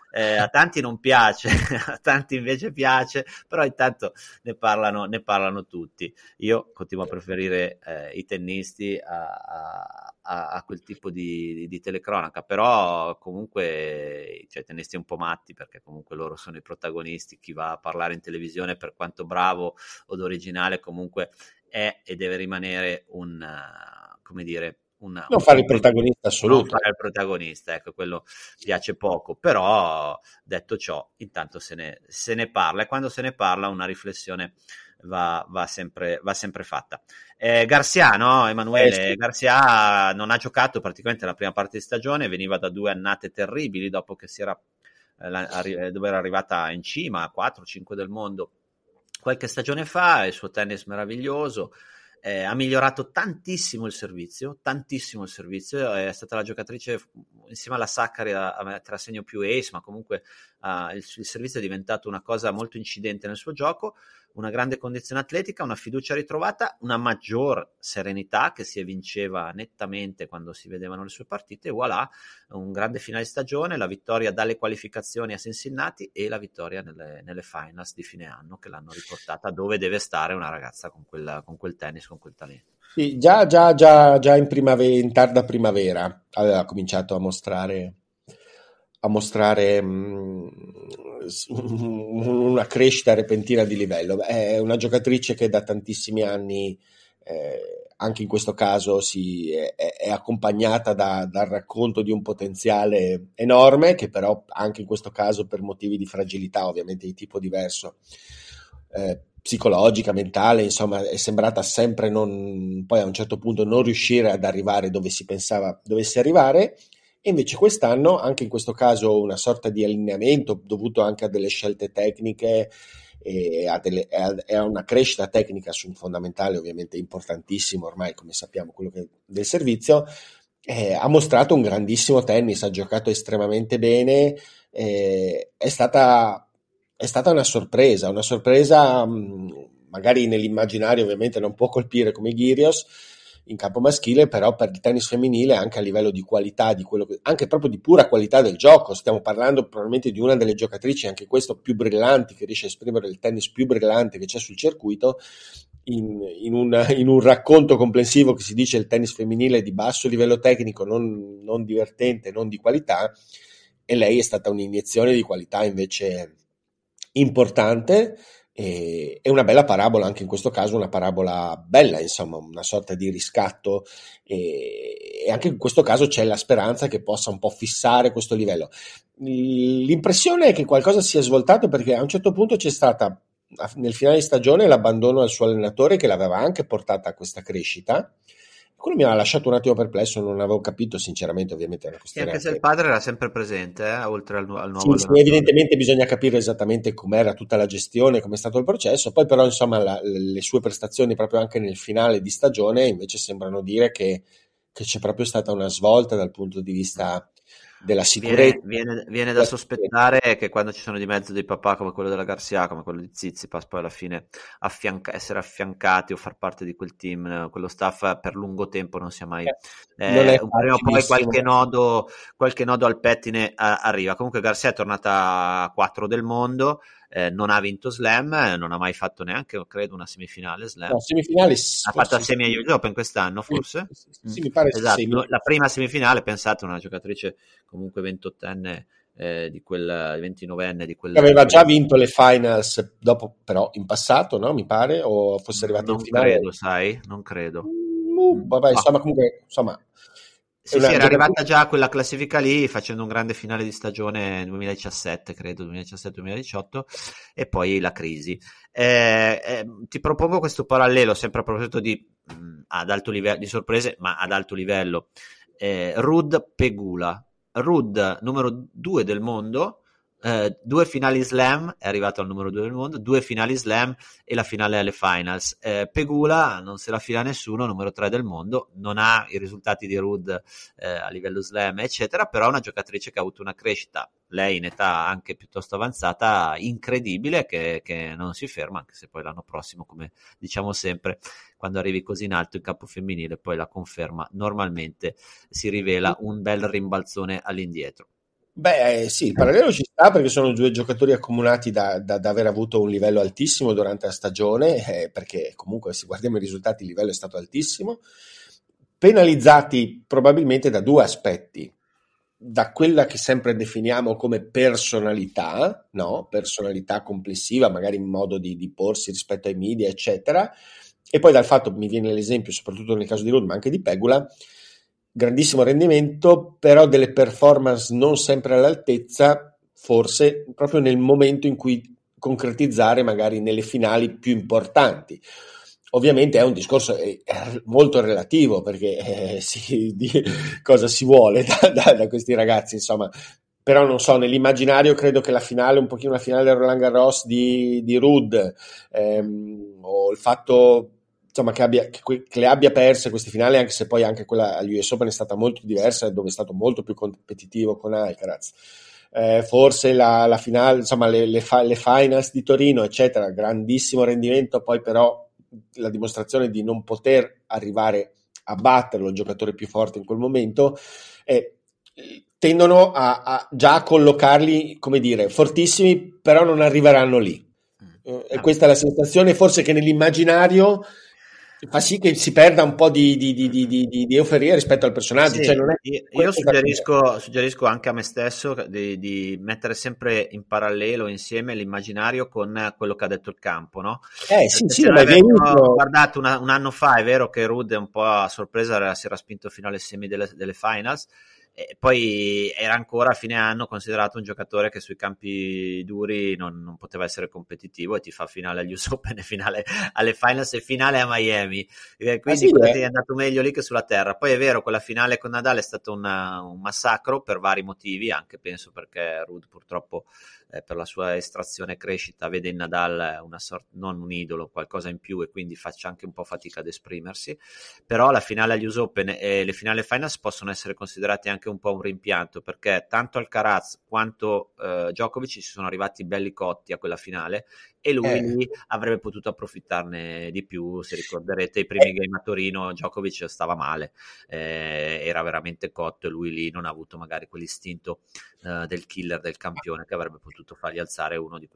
A tanti non piace, a tanti invece piace, però intanto ne parlano tutti. Io continuo a preferire i tennisti a quel tipo di telecronaca, però comunque cioè, tennisti un po' matti, perché comunque loro sono i protagonisti. Chi va a parlare in televisione, per quanto bravo od originale, comunque è e deve rimanere come dire, Non fare il protagonista non assoluto. fare il protagonista, ecco, quello piace poco, però detto ciò, intanto se ne parla, e quando se ne parla una riflessione va sempre fatta. Garcia, no, Emanuele? Sì. Garcia non ha giocato praticamente la prima parte di stagione, veniva da 2 annate terribili dopo che dove era arrivata in cima a 4-5 del mondo qualche stagione fa, il suo tennis meraviglioso. Ha migliorato tantissimo il servizio, è stata la giocatrice insieme alla Sakkari a mettere a segno più ace, ma comunque il servizio è diventato una cosa molto incidente nel suo gioco, una grande condizione atletica, una fiducia ritrovata, una maggior serenità che si evinceva nettamente quando si vedevano le sue partite, e voilà, un grande finale di stagione, la vittoria dalle qualificazioni a Cincinnati e la vittoria nelle finals di fine anno, che l'hanno riportata dove deve stare una ragazza con quel tennis, con quel talento. Sì, già in tarda primavera aveva cominciato a mostrare una crescita repentina di livello. È una giocatrice che da tantissimi anni, anche in questo caso, è accompagnata dal racconto di un potenziale enorme, che però anche in questo caso, per motivi di fragilità, ovviamente di tipo diverso, psicologica, mentale, insomma, è sembrata sempre poi a un certo punto non riuscire ad arrivare dove si pensava dovesse arrivare. E invece quest'anno, anche in questo caso, una sorta di allineamento dovuto anche a delle scelte tecniche e a una crescita tecnica su un fondamentale ovviamente importantissimo ormai, come sappiamo, quello del servizio, ha mostrato un grandissimo tennis, ha giocato estremamente bene, è stata una sorpresa magari nell'immaginario ovviamente non può colpire come Kyrgios in campo maschile, però per il tennis femminile, anche a livello di qualità, anche proprio di pura qualità del gioco, stiamo parlando probabilmente di una delle giocatrici, anche questo, più brillanti, che riesce a esprimere il tennis più brillante che c'è sul circuito, in un racconto complessivo che si dice il tennis femminile di basso livello tecnico, non divertente, non di qualità, e lei è stata un'iniezione di qualità invece importante. È una bella parabola, anche in questo caso una parabola bella, insomma, una sorta di riscatto, e anche in questo caso c'è la speranza che possa un po' fissare questo livello. L'impressione è che qualcosa sia svoltato, perché a un certo punto c'è stata nel finale di stagione l'abbandono al suo allenatore, che l'aveva anche portata a questa crescita. Quello mi ha lasciato un attimo perplesso, non avevo capito sinceramente, ovviamente è una questione anche se il padre era sempre presente, oltre al nuovo allenatore. Sì, evidentemente bisogna capire esattamente com'era tutta la gestione, com'è stato il processo, poi però insomma le sue prestazioni proprio anche nel finale di stagione invece sembrano dire che c'è proprio stata una svolta dal punto di vista della sicurezza. Viene da sospettare che quando ci sono di mezzo dei papà come quello della Garcia, come quello di Tsitsipas, poi alla fine essere affiancati o far parte di quel team, quello staff per lungo tempo non sia mai prima o poi qualche nodo al pettine arriva. Comunque Garcia è tornata a 4 del mondo, non ha vinto Slam, non ha mai fatto neanche, credo, una semifinale Slam. No, semifinale ha fatto la semi agli Open quest'anno, forse? Sì, mi pare esatto. La prima semifinale, pensate, una giocatrice comunque 28enne, di quel 29enne di quel, aveva già vinto le finals dopo, però in passato, no? Mi pare, o fosse arrivata in finale. Non credo. Vabbè, insomma, comunque, insomma. Sì, era arrivata già a quella classifica lì, facendo un grande finale di stagione 2017, credo, 2017-2018, e poi la crisi. Ti propongo questo parallelo, sempre a proposito ad alto livello, di sorprese, ma ad alto livello. Ruud Pegula. Ruud, numero 2 del mondo, 2 finali Slam, è arrivato al numero 2 del mondo, 2 finali Slam e la finale alle finals. Pegula non se la fila nessuno, numero 3 del mondo, non ha i risultati di Ruud a livello Slam eccetera, però è una giocatrice che ha avuto una crescita, lei in età anche piuttosto avanzata, incredibile, che non si ferma, anche se poi l'anno prossimo, come diciamo sempre, quando arrivi così in alto in campo femminile, poi la conferma normalmente si rivela un bel rimbalzone all'indietro. Beh, sì, il parallelo ci sta perché sono due giocatori accomunati da aver avuto un livello altissimo durante la stagione, perché comunque se guardiamo i risultati il livello è stato altissimo, penalizzati probabilmente da due aspetti, da quella che sempre definiamo come personalità, no? Personalità complessiva, magari in modo di porsi rispetto ai media, eccetera, e poi dal fatto, mi viene l'esempio soprattutto nel caso di Ruud, ma anche di Pegula, grandissimo rendimento, però delle performance non sempre all'altezza, forse proprio nel momento in cui concretizzare magari nelle finali più importanti. Ovviamente è un discorso molto relativo, perché cosa si vuole da questi ragazzi, insomma. Però non so, nell'immaginario credo che la finale, un pochino la finale del Roland Garros di Ruud, o il fatto insomma che le abbia perse queste finali, anche se poi anche quella agli US Open è stata molto diversa, dove è stato molto più competitivo con Alcaraz. Forse la finale, insomma le finals di Torino, eccetera, grandissimo rendimento, poi però la dimostrazione di non poter arrivare a batterlo, il giocatore più forte in quel momento, tendono già a collocarli, come dire, fortissimi, però non arriveranno lì. E questa è la sensazione, forse, che nell'immaginario fa sì che si perda un po' di euforia rispetto al personaggio. Sì, cioè non è io suggerisco anche a me stesso di mettere sempre in parallelo, insieme, l'immaginario con quello che ha detto il campo, no? Sì, ma avevamo guardato un anno fa, è vero che Ruud un po' a sorpresa si era spinto fino alle semi delle finals, e poi era ancora a fine anno considerato un giocatore che sui campi duri non poteva essere competitivo, e ti fa finale agli US Open e finale alle finals e finale a Miami, quindi è andato meglio lì che sulla terra. Poi è vero, quella finale con Nadal è stato un massacro per vari motivi, anche penso perché Ruud purtroppo per la sua estrazione e crescita vede in Nadal una sorta, non un idolo, qualcosa in più, e quindi faccia anche un po' fatica ad esprimersi. Però la finale agli US Open e le finali finals possono essere considerate anche un po' un rimpianto, perché tanto Alcaraz quanto Djokovic si sono arrivati belli cotti a quella finale, e lui lì avrebbe potuto approfittarne di più. Se ricorderete i primi game a Torino, Djokovic stava male, era veramente cotto, e lui lì non ha avuto magari quell'istinto del killer, del campione, che avrebbe potuto fargli alzare uno di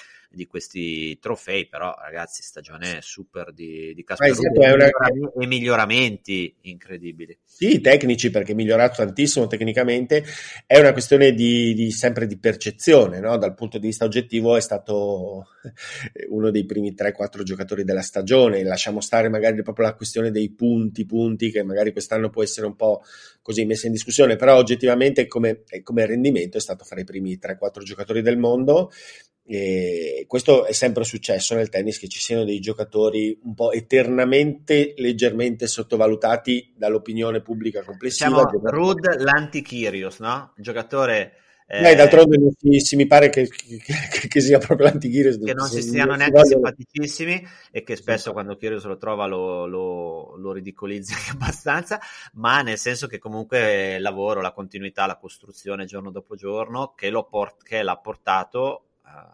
questi trofei. Però ragazzi, stagione super di Casper Ruud, e miglioramenti incredibili. Sì, tecnici, perché è migliorato tantissimo tecnicamente. È una questione sempre di percezione, no? Dal punto di vista oggettivo è stato uno dei primi 3-4 giocatori della stagione. Lasciamo stare magari proprio la questione dei punti, che magari quest'anno può essere un po' così messa in discussione, però oggettivamente come rendimento è stato fra i primi 3-4 giocatori del mondo. E questo è sempre successo nel tennis, che ci siano dei giocatori un po' eternamente leggermente sottovalutati dall'opinione pubblica complessiva. Ruud l'anti-Kyrgios, no? Il giocatore d'altronde mi pare che sia proprio l'anti-Kyrgios, che non si stiano neanche simpaticissimi, e che spesso quando Kyrgios lo trova lo ridicolizza abbastanza, ma nel senso che comunque il lavoro, la continuità, la costruzione giorno dopo giorno che l'ha portato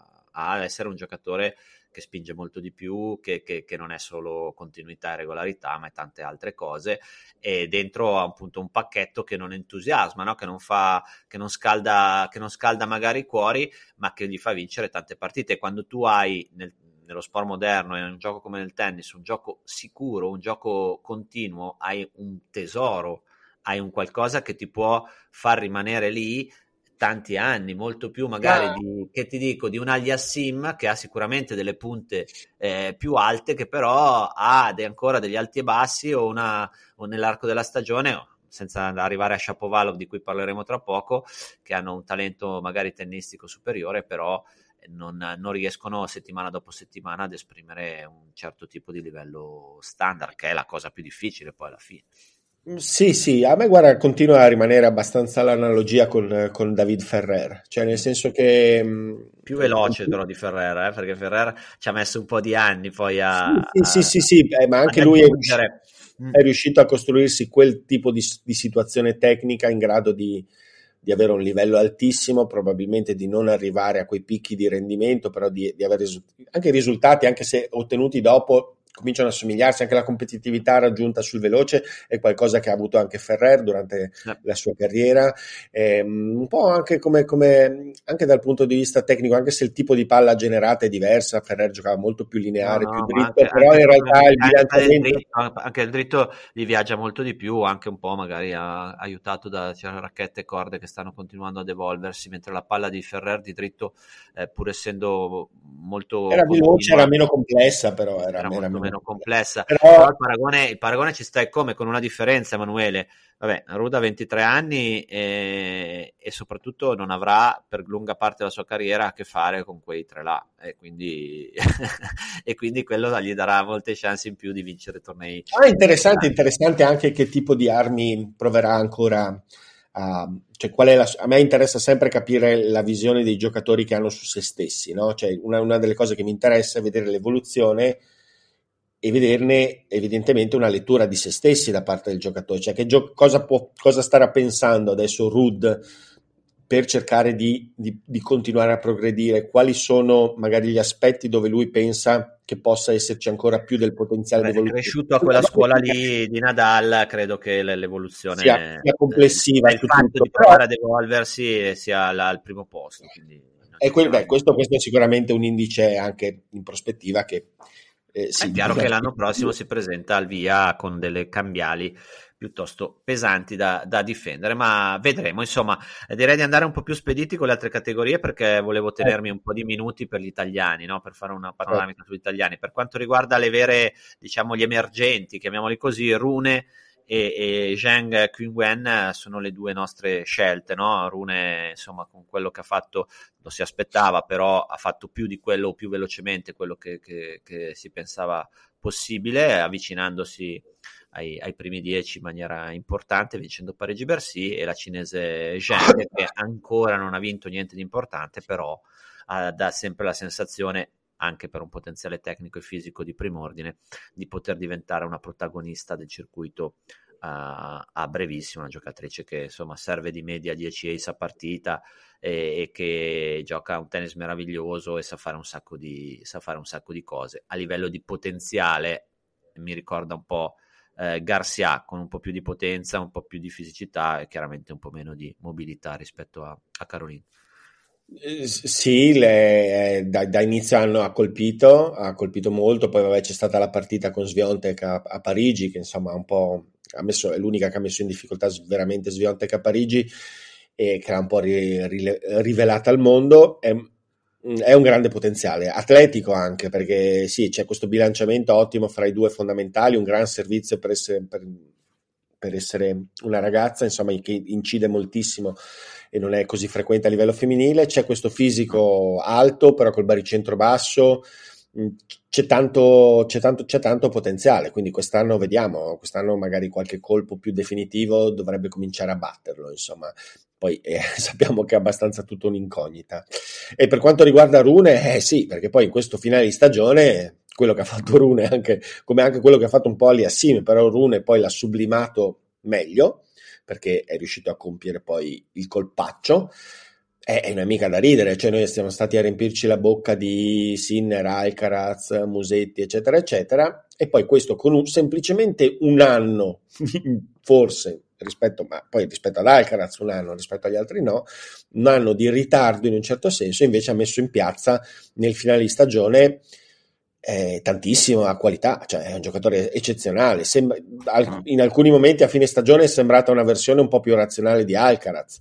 a essere un giocatore che spinge molto di più, che non è solo continuità e regolarità, ma è tante altre cose, e dentro ha appunto un pacchetto che non entusiasma, no? che non scalda magari i cuori, ma che gli fa vincere tante partite. E quando tu hai nello sport moderno, in un gioco come nel tennis, un gioco sicuro, un gioco continuo, hai un tesoro, hai un qualcosa che ti può far rimanere lì tanti anni, molto più magari di un Aliassim, che ha sicuramente delle punte più alte, che però ha ancora degli alti e bassi, o nell'arco della stagione, senza arrivare a Shapovalov, di cui parleremo tra poco, che hanno un talento magari tennistico superiore, però non riescono settimana dopo settimana ad esprimere un certo tipo di livello standard, che è la cosa più difficile poi alla fine. Sì, a me guarda, continua a rimanere abbastanza l'analogia con David Ferrer, cioè nel senso che più veloce però di Ferrer, perché Ferrer ci ha messo un po' di anni poi ma anche lui è riuscito a costruirsi quel tipo di situazione tecnica in grado di avere un livello altissimo, probabilmente di non arrivare a quei picchi di rendimento, però di avere anche risultati, anche se ottenuti dopo cominciano a somigliarsi, anche la competitività raggiunta sul veloce è qualcosa che ha avuto anche Ferrer durante la sua carriera, un po' anche come anche dal punto di vista tecnico, anche se il tipo di palla generata è diversa, Ferrer giocava molto più lineare, più dritto, però in realtà il bilanciamento... Anche il dritto gli viaggia molto di più, anche un po' magari aiutato da racchette e corde che stanno continuando ad evolversi, mentre la palla di Ferrer di dritto, pur essendo molto era veloce, era meno complessa, però era molto meno complessa. Però il paragone ci sta, come con una differenza, Emanuele. Vabbè, Ruda ha 23 anni e soprattutto non avrà per lunga parte della sua carriera a che fare con quei tre là, e quindi e quindi quello gli darà molte chance in più di vincere tornei. Interessante anche che tipo di armi proverà ancora cioè qual è a me interessa sempre capire la visione dei giocatori che hanno su se stessi, no? Cioè una delle cose che mi interessa è vedere l'evoluzione e vederne evidentemente una lettura di se stessi da parte del giocatore, cioè cosa starà pensando adesso Ruud per cercare di continuare a progredire, quali sono magari gli aspetti dove lui pensa che possa esserci ancora più del potenziale di evoluzione. È cresciuto a quella scuola lì di Nadal, credo che l'evoluzione sia complessiva, il fatto di provare ad evolversi sia al primo posto, quindi questo è sicuramente un indice anche in prospettiva che è chiaro che l'anno prossimo si presenta al via con delle cambiali piuttosto pesanti da difendere, ma vedremo. Insomma, direi di andare un po' più spediti con le altre categorie, perché volevo tenermi un po' di minuti per gli italiani, no? Per fare una panoramica sugli italiani. Per quanto riguarda le vere, diciamo, gli emergenti, chiamiamoli così, Rune e Zheng Qinwen sono le due nostre scelte, no? Rune, insomma, con quello che ha fatto lo si aspettava, però ha fatto più di quello, più velocemente quello che si pensava possibile, avvicinandosi ai primi 10 in maniera importante, vincendo Parigi-Bercy, e la cinese Zheng, che ancora non ha vinto niente di importante, però dà sempre la sensazione, anche per un potenziale tecnico e fisico di prim'ordine, di poter diventare una protagonista del circuito a brevissimo, una giocatrice che insomma serve di media 10 ace a partita e che gioca un tennis meraviglioso e sa fare un sacco di cose. A livello di potenziale mi ricorda un po' Garcia, con un po' più di potenza, un po' più di fisicità e chiaramente un po' meno di mobilità rispetto a Caroline. Sì, da inizio anno ha colpito molto, poi vabbè c'è stata la partita con Swiatek a Parigi, che insomma un po' è l'unica che ha messo in difficoltà veramente Swiatek a Parigi e che l'ha un po' rivelata al mondo. È un grande potenziale, atletico anche, perché sì, c'è questo bilanciamento ottimo fra i due fondamentali, un gran servizio per essere una ragazza, insomma, che incide moltissimo e non è così frequente a livello femminile. C'è questo fisico alto però col baricentro basso, c'è tanto potenziale, quindi quest'anno vediamo, magari qualche colpo più definitivo dovrebbe cominciare a batterlo, insomma. Poi sappiamo che è abbastanza tutto un'incognita. E per quanto riguarda Rune, sì, perché poi in questo finale di stagione quello che ha fatto Rune, come anche quello che ha fatto un po' Aliassime, però Rune poi l'ha sublimato meglio, perché è riuscito a compiere poi il colpaccio. È una mica da ridere, cioè noi siamo stati a riempirci la bocca di Sinner, Alcaraz, Musetti, eccetera, eccetera, e poi questo con semplicemente un anno, forse, rispetto ad Alcaraz un anno, rispetto agli altri no, un anno di ritardo in un certo senso, invece ha messo in piazza nel finale di stagione tantissima qualità, cioè è un giocatore eccezionale. In alcuni momenti a fine stagione è sembrata una versione un po' più razionale di Alcaraz,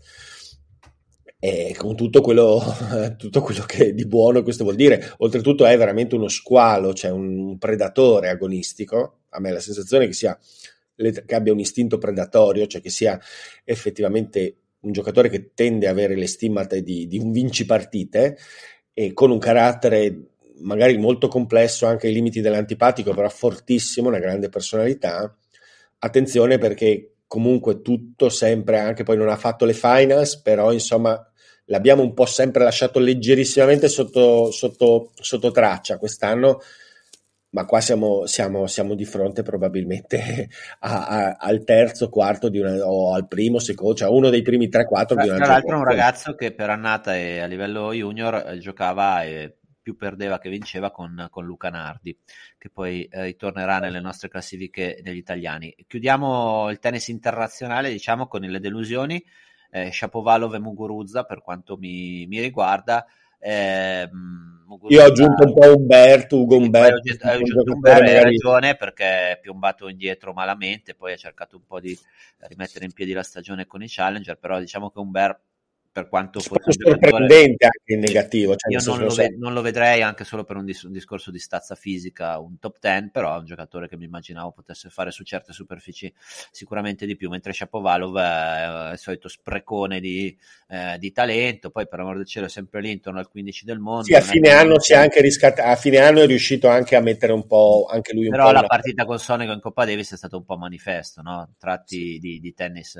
e con tutto quello che di buono questo vuol dire. Oltretutto è veramente uno squalo, cioè un predatore agonistico. A me la sensazione che abbia un istinto predatorio, cioè che sia effettivamente un giocatore che tende a avere le stimmate di un vincipartite, e con un carattere magari molto complesso anche ai limiti dell'antipatico, però fortissimo, una grande personalità. Attenzione, perché comunque tutto sempre, anche poi non ha fatto le finals, però insomma l'abbiamo un po' sempre lasciato leggerissimamente sotto traccia quest'anno, ma qua siamo di fronte probabilmente al terzo, quarto o al primo, secondo, cioè uno dei primi 3-4 di una. Tra l'altro un ragazzo che per annata e a livello junior giocava più perdeva che vinceva con Luca Nardi, che poi ritornerà nelle nostre classifiche degli italiani. Chiudiamo il tennis internazionale, diciamo, con le delusioni, Shapovalov e Muguruza per quanto mi riguarda. Io ho aggiunto un po' Ugo Umberto, hai ragione, perché è piombato indietro malamente, poi ha cercato un po' di rimettere in piedi la stagione con i Challenger, però diciamo che Umberto, per quanto fosse sorprendente anche in negativo, cioè io non lo vedrei anche solo per un discorso di stazza fisica un top 10, però è un giocatore che mi immaginavo potesse fare su certe superfici sicuramente di più, mentre Shapovalov è il solito sprecone di talento, poi per amor del cielo è sempre lì intorno al 15 del mondo. Sì, a fine anno si è anche riscattato, a fine anno è riuscito anche a mettere un po' anche lui un però po' la partita con Sonego in Coppa Davis è stato un po' manifesto, no? Tratti di tennis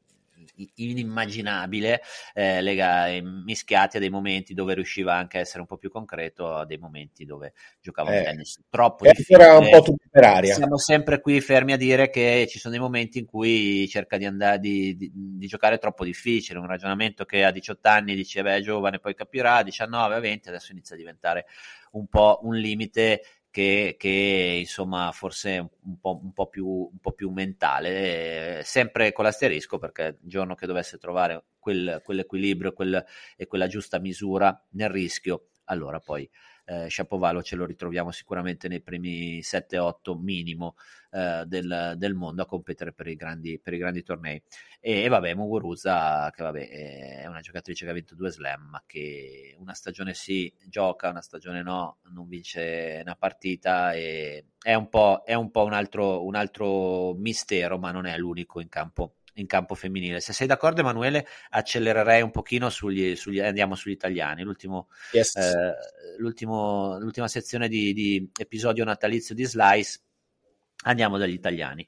inimmaginabile, mischiati a dei momenti dove riusciva anche a essere un po' più concreto, a dei momenti dove giocava un tennis troppo difficile. Era un po' tutto per aria. Siamo sempre qui fermi a dire che ci sono dei momenti in cui cerca di andare di giocare troppo difficile, un ragionamento che a 18 anni dice beh è giovane, poi capirà, 19, 20, adesso inizia a diventare un po' un limite che insomma forse un po' più mentale, sempre con l'asterisco, perché il giorno che dovesse trovare quell'equilibrio e quella giusta misura nel rischio, allora poi Shapovalov ce lo ritroviamo sicuramente nei primi 7-8 minimo del mondo a competere per i grandi tornei. E vabbè, Muguruza, che vabbè è una giocatrice che ha vinto 2 slam, ma che una stagione sì gioca, una stagione no, non vince una partita, e è un po' un altro mistero, ma non è l'unico in campo femminile. Se sei d'accordo, Emanuele, accelererei un pochino andiamo sugli italiani. Yes. L'ultima sezione di episodio natalizio di Slice, andiamo dagli italiani.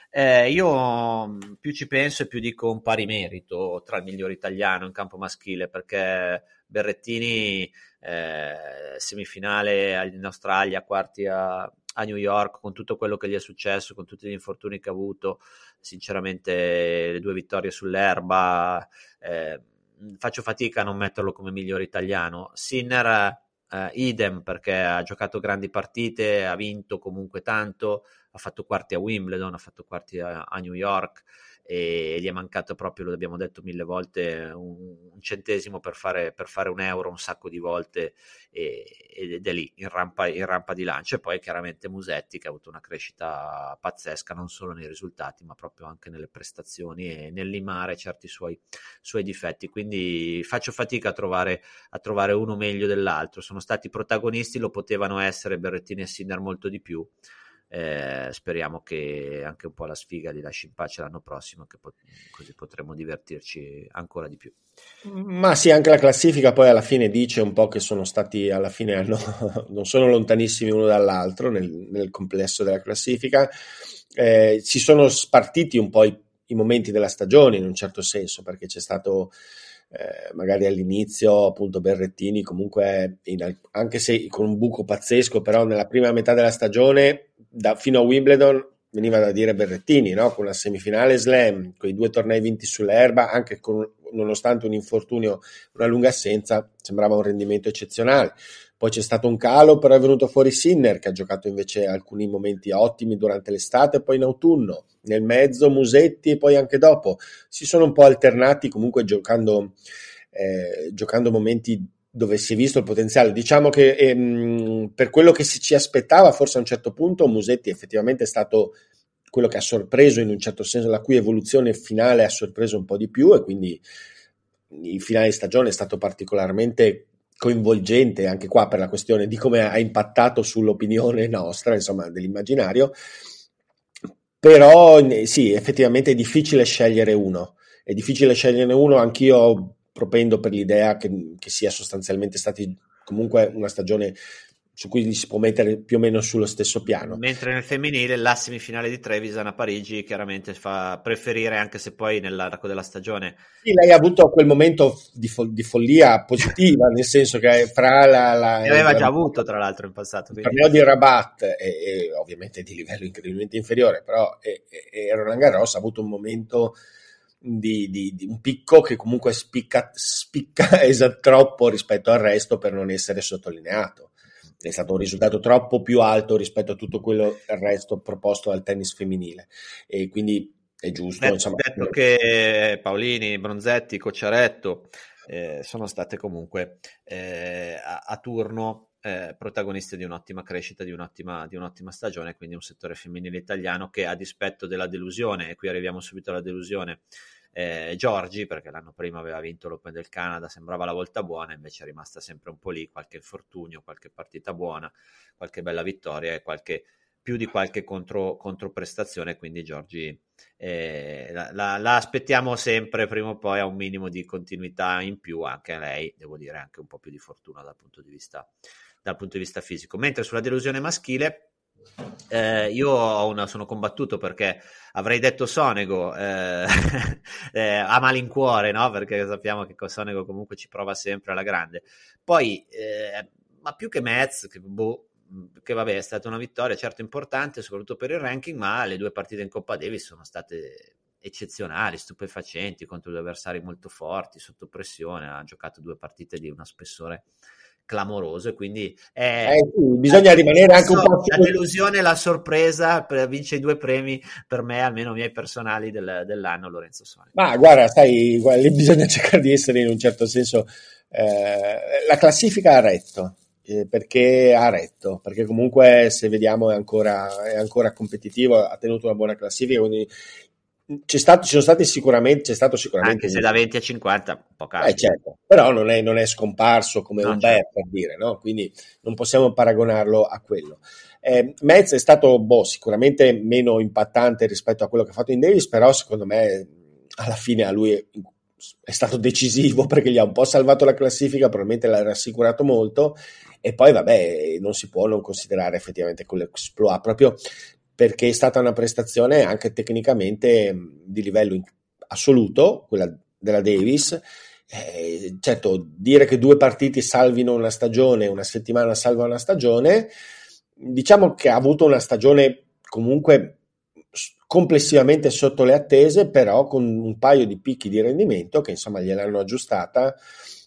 Io più ci penso e più dico un pari merito tra il miglior italiano in campo maschile, perché Berrettini semifinale in Australia, quarti a New York, con tutto quello che gli è successo, con tutti gli infortuni che ha avuto, sinceramente le 2 vittorie sull'erba, faccio fatica a non metterlo come miglior italiano. Sinner idem, perché ha giocato grandi partite, ha vinto comunque tanto, ha fatto quarti a Wimbledon, ha fatto quarti a New York, e gli è mancato proprio, lo abbiamo detto 1000 volte, un centesimo per fare un euro un sacco di volte, ed è lì in rampa di lancio. E poi chiaramente Musetti, che ha avuto una crescita pazzesca non solo nei risultati ma proprio anche nelle prestazioni e nel limare certi suoi difetti, quindi faccio fatica a trovare uno meglio dell'altro. Sono stati protagonisti, lo potevano essere Berrettini e Sinner molto di più. Speriamo che anche un po' la sfiga li lasci in pace l'anno prossimo, che così potremo divertirci ancora di più. Ma sì, anche la classifica poi alla fine dice un po' che sono stati, alla fine non sono lontanissimi uno dall'altro nel complesso della classifica. Si sono spartiti un po' i momenti della stagione in un certo senso, perché c'è stato magari all'inizio appunto Berrettini comunque anche se con un buco pazzesco, però nella prima metà della stagione fino a Wimbledon veniva da dire Berrettini, no? Con la semifinale slam, con i 2 tornei vinti sull'erba, anche nonostante un infortunio, una lunga assenza, sembrava un rendimento eccezionale. Poi c'è stato un calo, però è venuto fuori Sinner, che ha giocato invece alcuni momenti ottimi durante l'estate e poi in autunno. Nel mezzo Musetti, e poi anche dopo si sono un po' alternati, comunque giocando momenti dove si è visto il potenziale. Diciamo che per quello che ci aspettava, forse a un certo punto Musetti effettivamente è stato quello che ha sorpreso in un certo senso, la cui evoluzione finale ha sorpreso un po' di più, e quindi il finale di stagione è stato particolarmente coinvolgente anche qua per la questione di come ha impattato sull'opinione nostra, insomma dell'immaginario. Però sì, effettivamente è difficile scegliere uno, anch'io propendo per l'idea che sia sostanzialmente stati comunque una stagione su cui li si può mettere più o meno sullo stesso piano. Mentre nel femminile la semifinale di Trevisan a Parigi chiaramente fa preferire, anche se poi nell'arco della stagione sì, lei ha avuto quel momento di follia positiva, nel senso che fra aveva già avuto tra l'altro in passato, il torneo di Rabat e ovviamente di livello incredibilmente inferiore, però Roland Garros ha avuto un momento di un picco che comunque spicca troppo rispetto al resto per non essere sottolineato. È stato un risultato troppo più alto rispetto a tutto quello il resto proposto dal tennis femminile, e quindi è giusto. Detto che Paolini, Bronzetti, Cocciaretto sono state comunque a turno protagoniste di un'ottima crescita, di un'ottima stagione, quindi un settore femminile italiano che, a dispetto della delusione, e qui arriviamo subito alla delusione, Giorgi, perché l'anno prima aveva vinto l'Open del Canada, sembrava la volta buona, invece è rimasta sempre un po' lì, qualche infortunio, qualche partita buona, qualche bella vittoria e più di qualche controprestazione, quindi Giorgi la aspettiamo sempre, prima o poi, a un minimo di continuità in più, anche lei, devo dire, anche un po' più di fortuna dal punto di vista fisico. Mentre sulla delusione maschile io sono combattuto, perché avrei detto Sonego a malincuore, no? Perché sappiamo che con Sonego comunque ci prova sempre alla grande. Poi ma più che Metz, che vabbè, è stata una vittoria certo importante soprattutto per il ranking, ma le 2 partite in Coppa Davis sono state eccezionali, stupefacenti, contro due avversari molto forti, sotto pressione. Ha giocato 2 partite di uno spessore clamoroso, e quindi bisogna rimanere anche un po' la delusione, la sorpresa, vince i 2 premi per me, almeno miei personali dell'anno, Lorenzo Sonego. Ma guarda, lì bisogna cercare di essere, in un certo senso, la classifica ha retto, perché comunque, se vediamo, è ancora competitivo, ha tenuto una buona classifica, quindi c'è stato sicuramente anche se da 20 a 50 un po' cambia. Certo, però non è scomparso come un certo, per dire, no? Quindi non possiamo paragonarlo a quello. Metz è stato sicuramente meno impattante rispetto a quello che ha fatto in Davis, però secondo me alla fine a lui è stato decisivo, perché gli ha un po' salvato la classifica, probabilmente l'ha rassicurato molto, e poi vabbè, non si può non considerare effettivamente quell'exploit, proprio perché è stata una prestazione anche tecnicamente di livello assoluto, quella della Davis. Certo, dire che 2 partiti salvino una stagione, una settimana salva una stagione, diciamo che ha avuto una stagione comunque complessivamente sotto le attese, però con un paio di picchi di rendimento che insomma gliel'hanno aggiustata,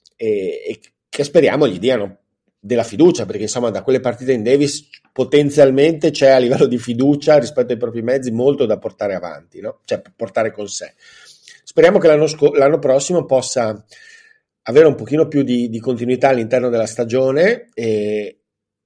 e che speriamo gli diano della fiducia, perché insomma da quelle partite in Davis potenzialmente c'è, a livello di fiducia rispetto ai propri mezzi, molto da portare avanti, no? Cioè portare con sé. Speriamo che l'anno prossimo possa avere un pochino più di continuità all'interno della stagione e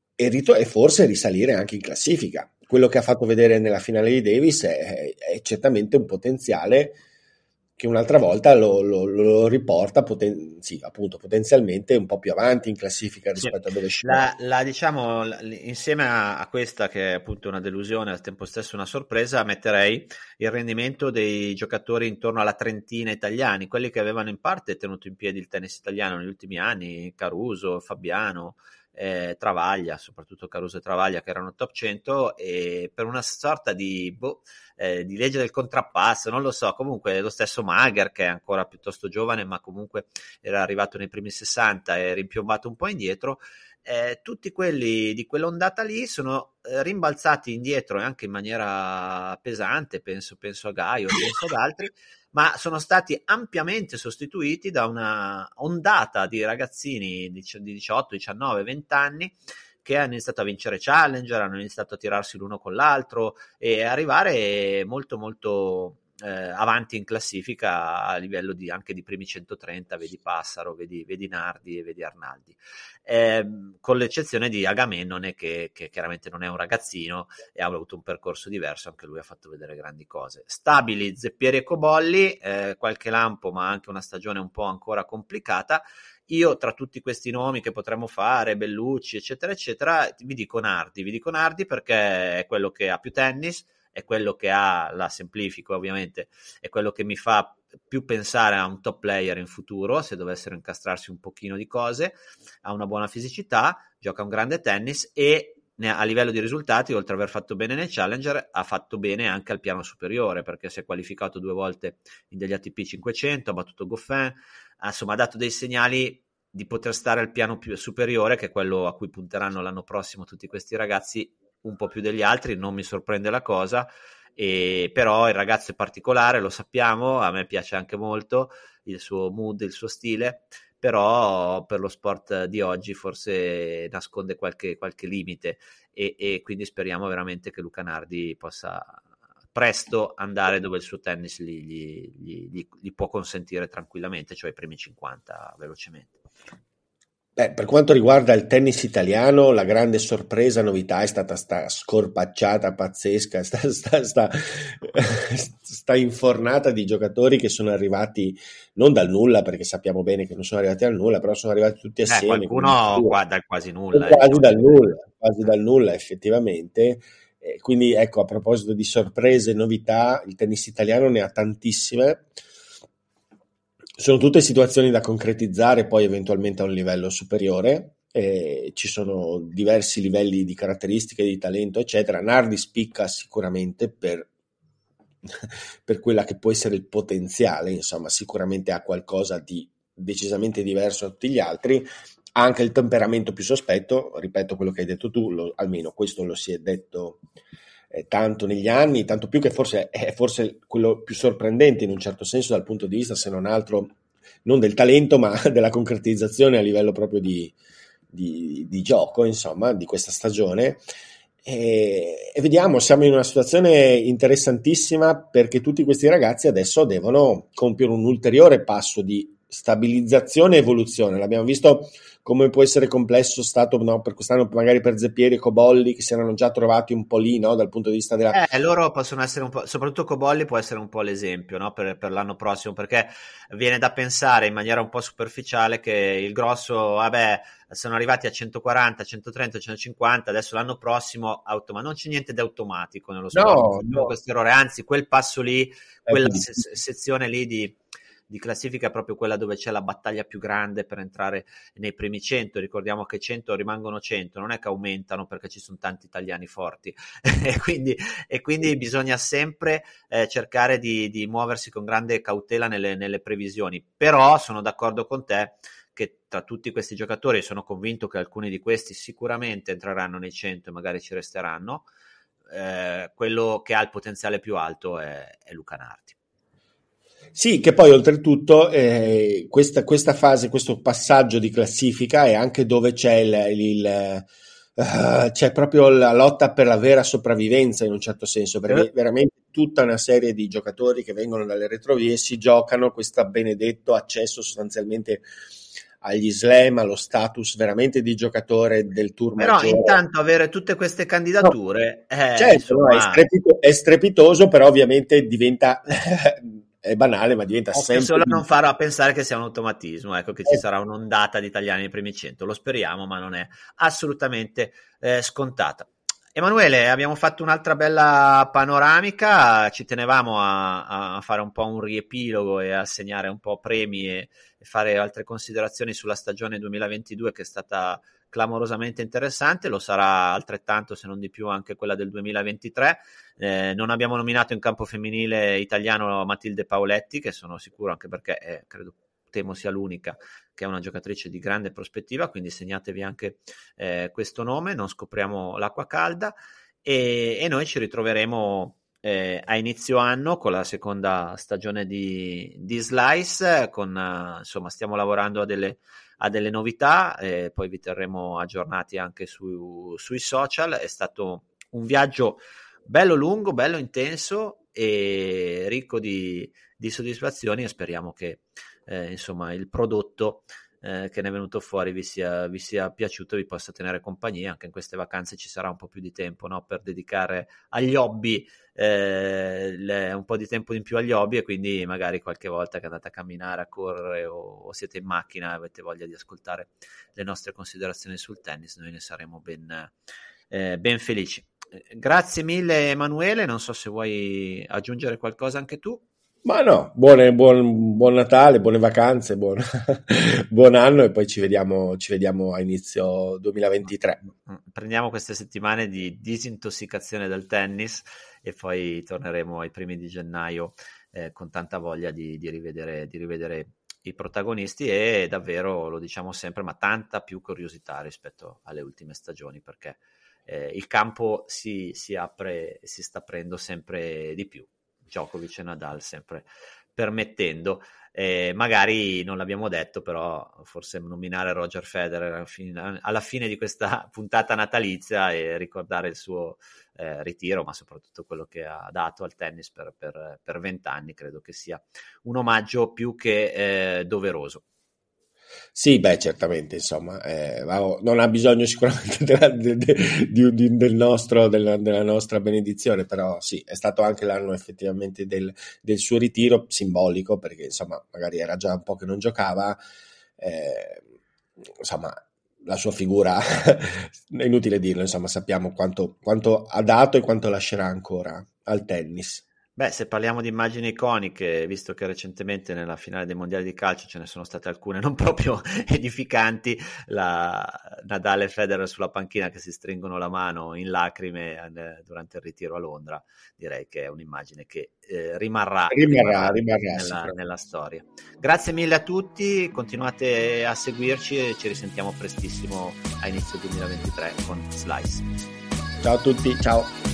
forse risalire anche in classifica. Quello che ha fatto vedere nella finale di Davis è certamente un potenziale che un'altra volta lo riporta potenzialmente un po' più avanti in classifica rispetto a dove scende. Diciamo, insieme a questa, che è appunto una delusione, al tempo stesso una sorpresa, metterei il rendimento dei giocatori intorno alla trentina italiani, quelli che avevano in parte tenuto in piedi il tennis italiano negli ultimi anni: Caruso, Fabiano, Travaglia, soprattutto Caruso e Travaglia, che erano top 100, e per una sorta di legge del contrappasso, non lo so, comunque lo stesso Mager, che è ancora piuttosto giovane ma comunque era arrivato nei primi 60 e rimpiombato un po' indietro, tutti quelli di quell'ondata lì sono rimbalzati indietro, e anche in maniera pesante, penso a Gaio, penso ad altri, ma sono stati ampiamente sostituiti da una ondata di ragazzini di 18, 19, 20 anni che hanno iniziato a vincere Challenger, hanno iniziato a tirarsi l'uno con l'altro e arrivare molto molto avanti in classifica, a livello anche di primi 130, vedi Passaro, vedi Nardi e vedi Arnaldi, con l'eccezione di Agamennone, che chiaramente non è un ragazzino e ha avuto un percorso diverso, anche lui ha fatto vedere grandi cose. Stabili Zeppieri e Cobolli, qualche lampo ma anche una stagione un po' ancora complicata. Io, tra tutti questi nomi che potremmo fare, Bellucci eccetera eccetera, vi dico Nardi perché è quello che ha più tennis, è quello che ha, la semplifico ovviamente, è quello che mi fa più pensare a un top player in futuro, se dovessero incastrarsi un pochino di cose. Ha una buona fisicità, gioca un grande tennis e a livello di risultati, oltre ad aver fatto bene nel Challenger, ha fatto bene anche al piano superiore, perché si è qualificato 2 volte in degli ATP 500, ha battuto Goffin, insomma ha dato dei segnali di poter stare al piano più superiore, che è quello a cui punteranno l'anno prossimo tutti questi ragazzi, un po' più degli altri, non mi sorprende la cosa, Però il ragazzo è particolare, lo sappiamo, a me piace anche molto il suo mood, il suo stile, però per lo sport di oggi forse nasconde qualche limite e quindi speriamo veramente che Luca Nardi possa presto andare dove il suo tennis gli può consentire tranquillamente, cioè i primi 50 velocemente. Per quanto riguarda il tennis italiano, la grande sorpresa, novità è stata sta scorpacciata pazzesca, sta infornata di giocatori che sono arrivati non dal nulla, perché sappiamo bene che non sono arrivati dal nulla, però sono arrivati tutti assieme. Qualcuno dal quasi nulla. Quasi dal nulla effettivamente. Quindi ecco, a proposito di sorprese e novità, il tennis italiano ne ha tantissime. Sono tutte situazioni da concretizzare poi eventualmente a un livello superiore, ci sono diversi livelli di caratteristiche, di talento eccetera. Nardi spicca sicuramente per quella che può essere il potenziale, insomma sicuramente ha qualcosa di decisamente diverso da tutti gli altri, ha anche il temperamento più sospetto, ripeto quello che hai detto tu, almeno questo lo si è detto tanto negli anni, tanto più che forse è quello più sorprendente in un certo senso dal punto di vista, se non altro, non del talento, ma della concretizzazione a livello proprio di gioco, insomma, di questa stagione. E vediamo, siamo in una situazione interessantissima perché tutti questi ragazzi adesso devono compiere un ulteriore passo di stabilizzazione e evoluzione. L'abbiamo visto come può essere complesso stato, no, per quest'anno magari per Zeppieri e Cobolli, che si erano già trovati un po' lì, no, dal punto di vista della... Loro possono essere un po', soprattutto Cobolli può essere un po' l'esempio, no, per l'anno prossimo, perché viene da pensare in maniera un po' superficiale che il grosso, vabbè, sono arrivati a 140, 130, 150, adesso l'anno prossimo ma non c'è niente di automatico nello sport, no. Questo errore, anzi quel passo lì, quella sezione lì di classifica è proprio quella dove c'è la battaglia più grande per entrare nei primi 100. Ricordiamo che 100 rimangono 100, non è che aumentano perché ci sono tanti italiani forti e quindi bisogna sempre cercare di muoversi con grande cautela nelle previsioni. Però sono d'accordo con te che tra tutti questi giocatori, sono convinto che alcuni di questi sicuramente entreranno nei 100 e magari ci resteranno, quello che ha il potenziale più alto è Luca Nardi. Sì, che poi oltretutto questa fase, questo passaggio di classifica è anche dove c'è c'è proprio la lotta per la vera sopravvivenza in un certo senso, perché veramente tutta una serie di giocatori che vengono dalle retrovie si giocano questo benedetto accesso sostanzialmente agli slam, allo status veramente di giocatore del tour maggiore. Però intanto avere tutte queste candidature certo, no, è strepitoso, però ovviamente diventa è banale, ma diventa sempre solo non farò pensare che sia un automatismo, ecco, che ci sarà un'ondata di italiani nei primi 100, lo speriamo, ma non è assolutamente scontata. Emanuele, abbiamo fatto un'altra bella panoramica, ci tenevamo a fare un po' un riepilogo e a assegnare un po' premi e fare altre considerazioni sulla stagione 2022 che è stata clamorosamente interessante, lo sarà altrettanto se non di più anche quella del 2023. Non abbiamo nominato in campo femminile italiano Matilde Paoletti, che sono sicuro, anche perché temo sia l'unica che è una giocatrice di grande prospettiva, quindi segnatevi anche questo nome, non scopriamo l'acqua calda e noi ci ritroveremo a inizio anno con la seconda stagione di Slice, insomma stiamo lavorando a delle novità, poi vi terremo aggiornati anche sui social. È stato un viaggio bello lungo, bello intenso e ricco di soddisfazioni, e speriamo che insomma il prodotto che ne è venuto fuori vi sia piaciuto e vi possa tenere compagnia. Anche in queste vacanze ci sarà un po' più di tempo, no? Per dedicare agli hobby un po' di tempo in più agli hobby, e quindi magari qualche volta che andate a camminare, a correre o siete in macchina e avete voglia di ascoltare le nostre considerazioni sul tennis, noi ne saremo ben felici. Grazie mille Emanuele, non so se vuoi aggiungere qualcosa anche tu. Ma no, buon Natale, buone vacanze, buon anno, e poi ci vediamo a inizio 2023. Prendiamo queste settimane di disintossicazione dal tennis e poi torneremo ai primi di gennaio con tanta voglia di rivedere i protagonisti e davvero, lo diciamo sempre, ma tanta più curiosità rispetto alle ultime stagioni, perché il campo si apre e si sta aprendo sempre di più. Djokovic e Nadal sempre permettendo. Magari non l'abbiamo detto, però forse nominare Roger Federer alla fine di questa puntata natalizia e ricordare il suo ritiro, ma soprattutto quello che ha dato al tennis per 20 anni, credo che sia un omaggio più che doveroso. Sì, beh, certamente, insomma, non ha bisogno sicuramente della nostra benedizione, però sì, è stato anche l'anno effettivamente del suo ritiro simbolico, perché insomma, magari era già un po' che non giocava, insomma, la sua figura, è inutile dirlo, insomma, sappiamo quanto ha dato e quanto lascerà ancora al tennis. Beh, se parliamo di immagini iconiche, visto che recentemente nella finale dei mondiali di calcio ce ne sono state alcune non proprio edificanti, la Nadal e Federer sulla panchina che si stringono la mano in lacrime durante il ritiro a Londra, direi che è un'immagine che rimarrà nella storia. Grazie mille a tutti, continuate a seguirci e ci risentiamo prestissimo a inizio 2023 con Slice. Ciao a tutti, ciao!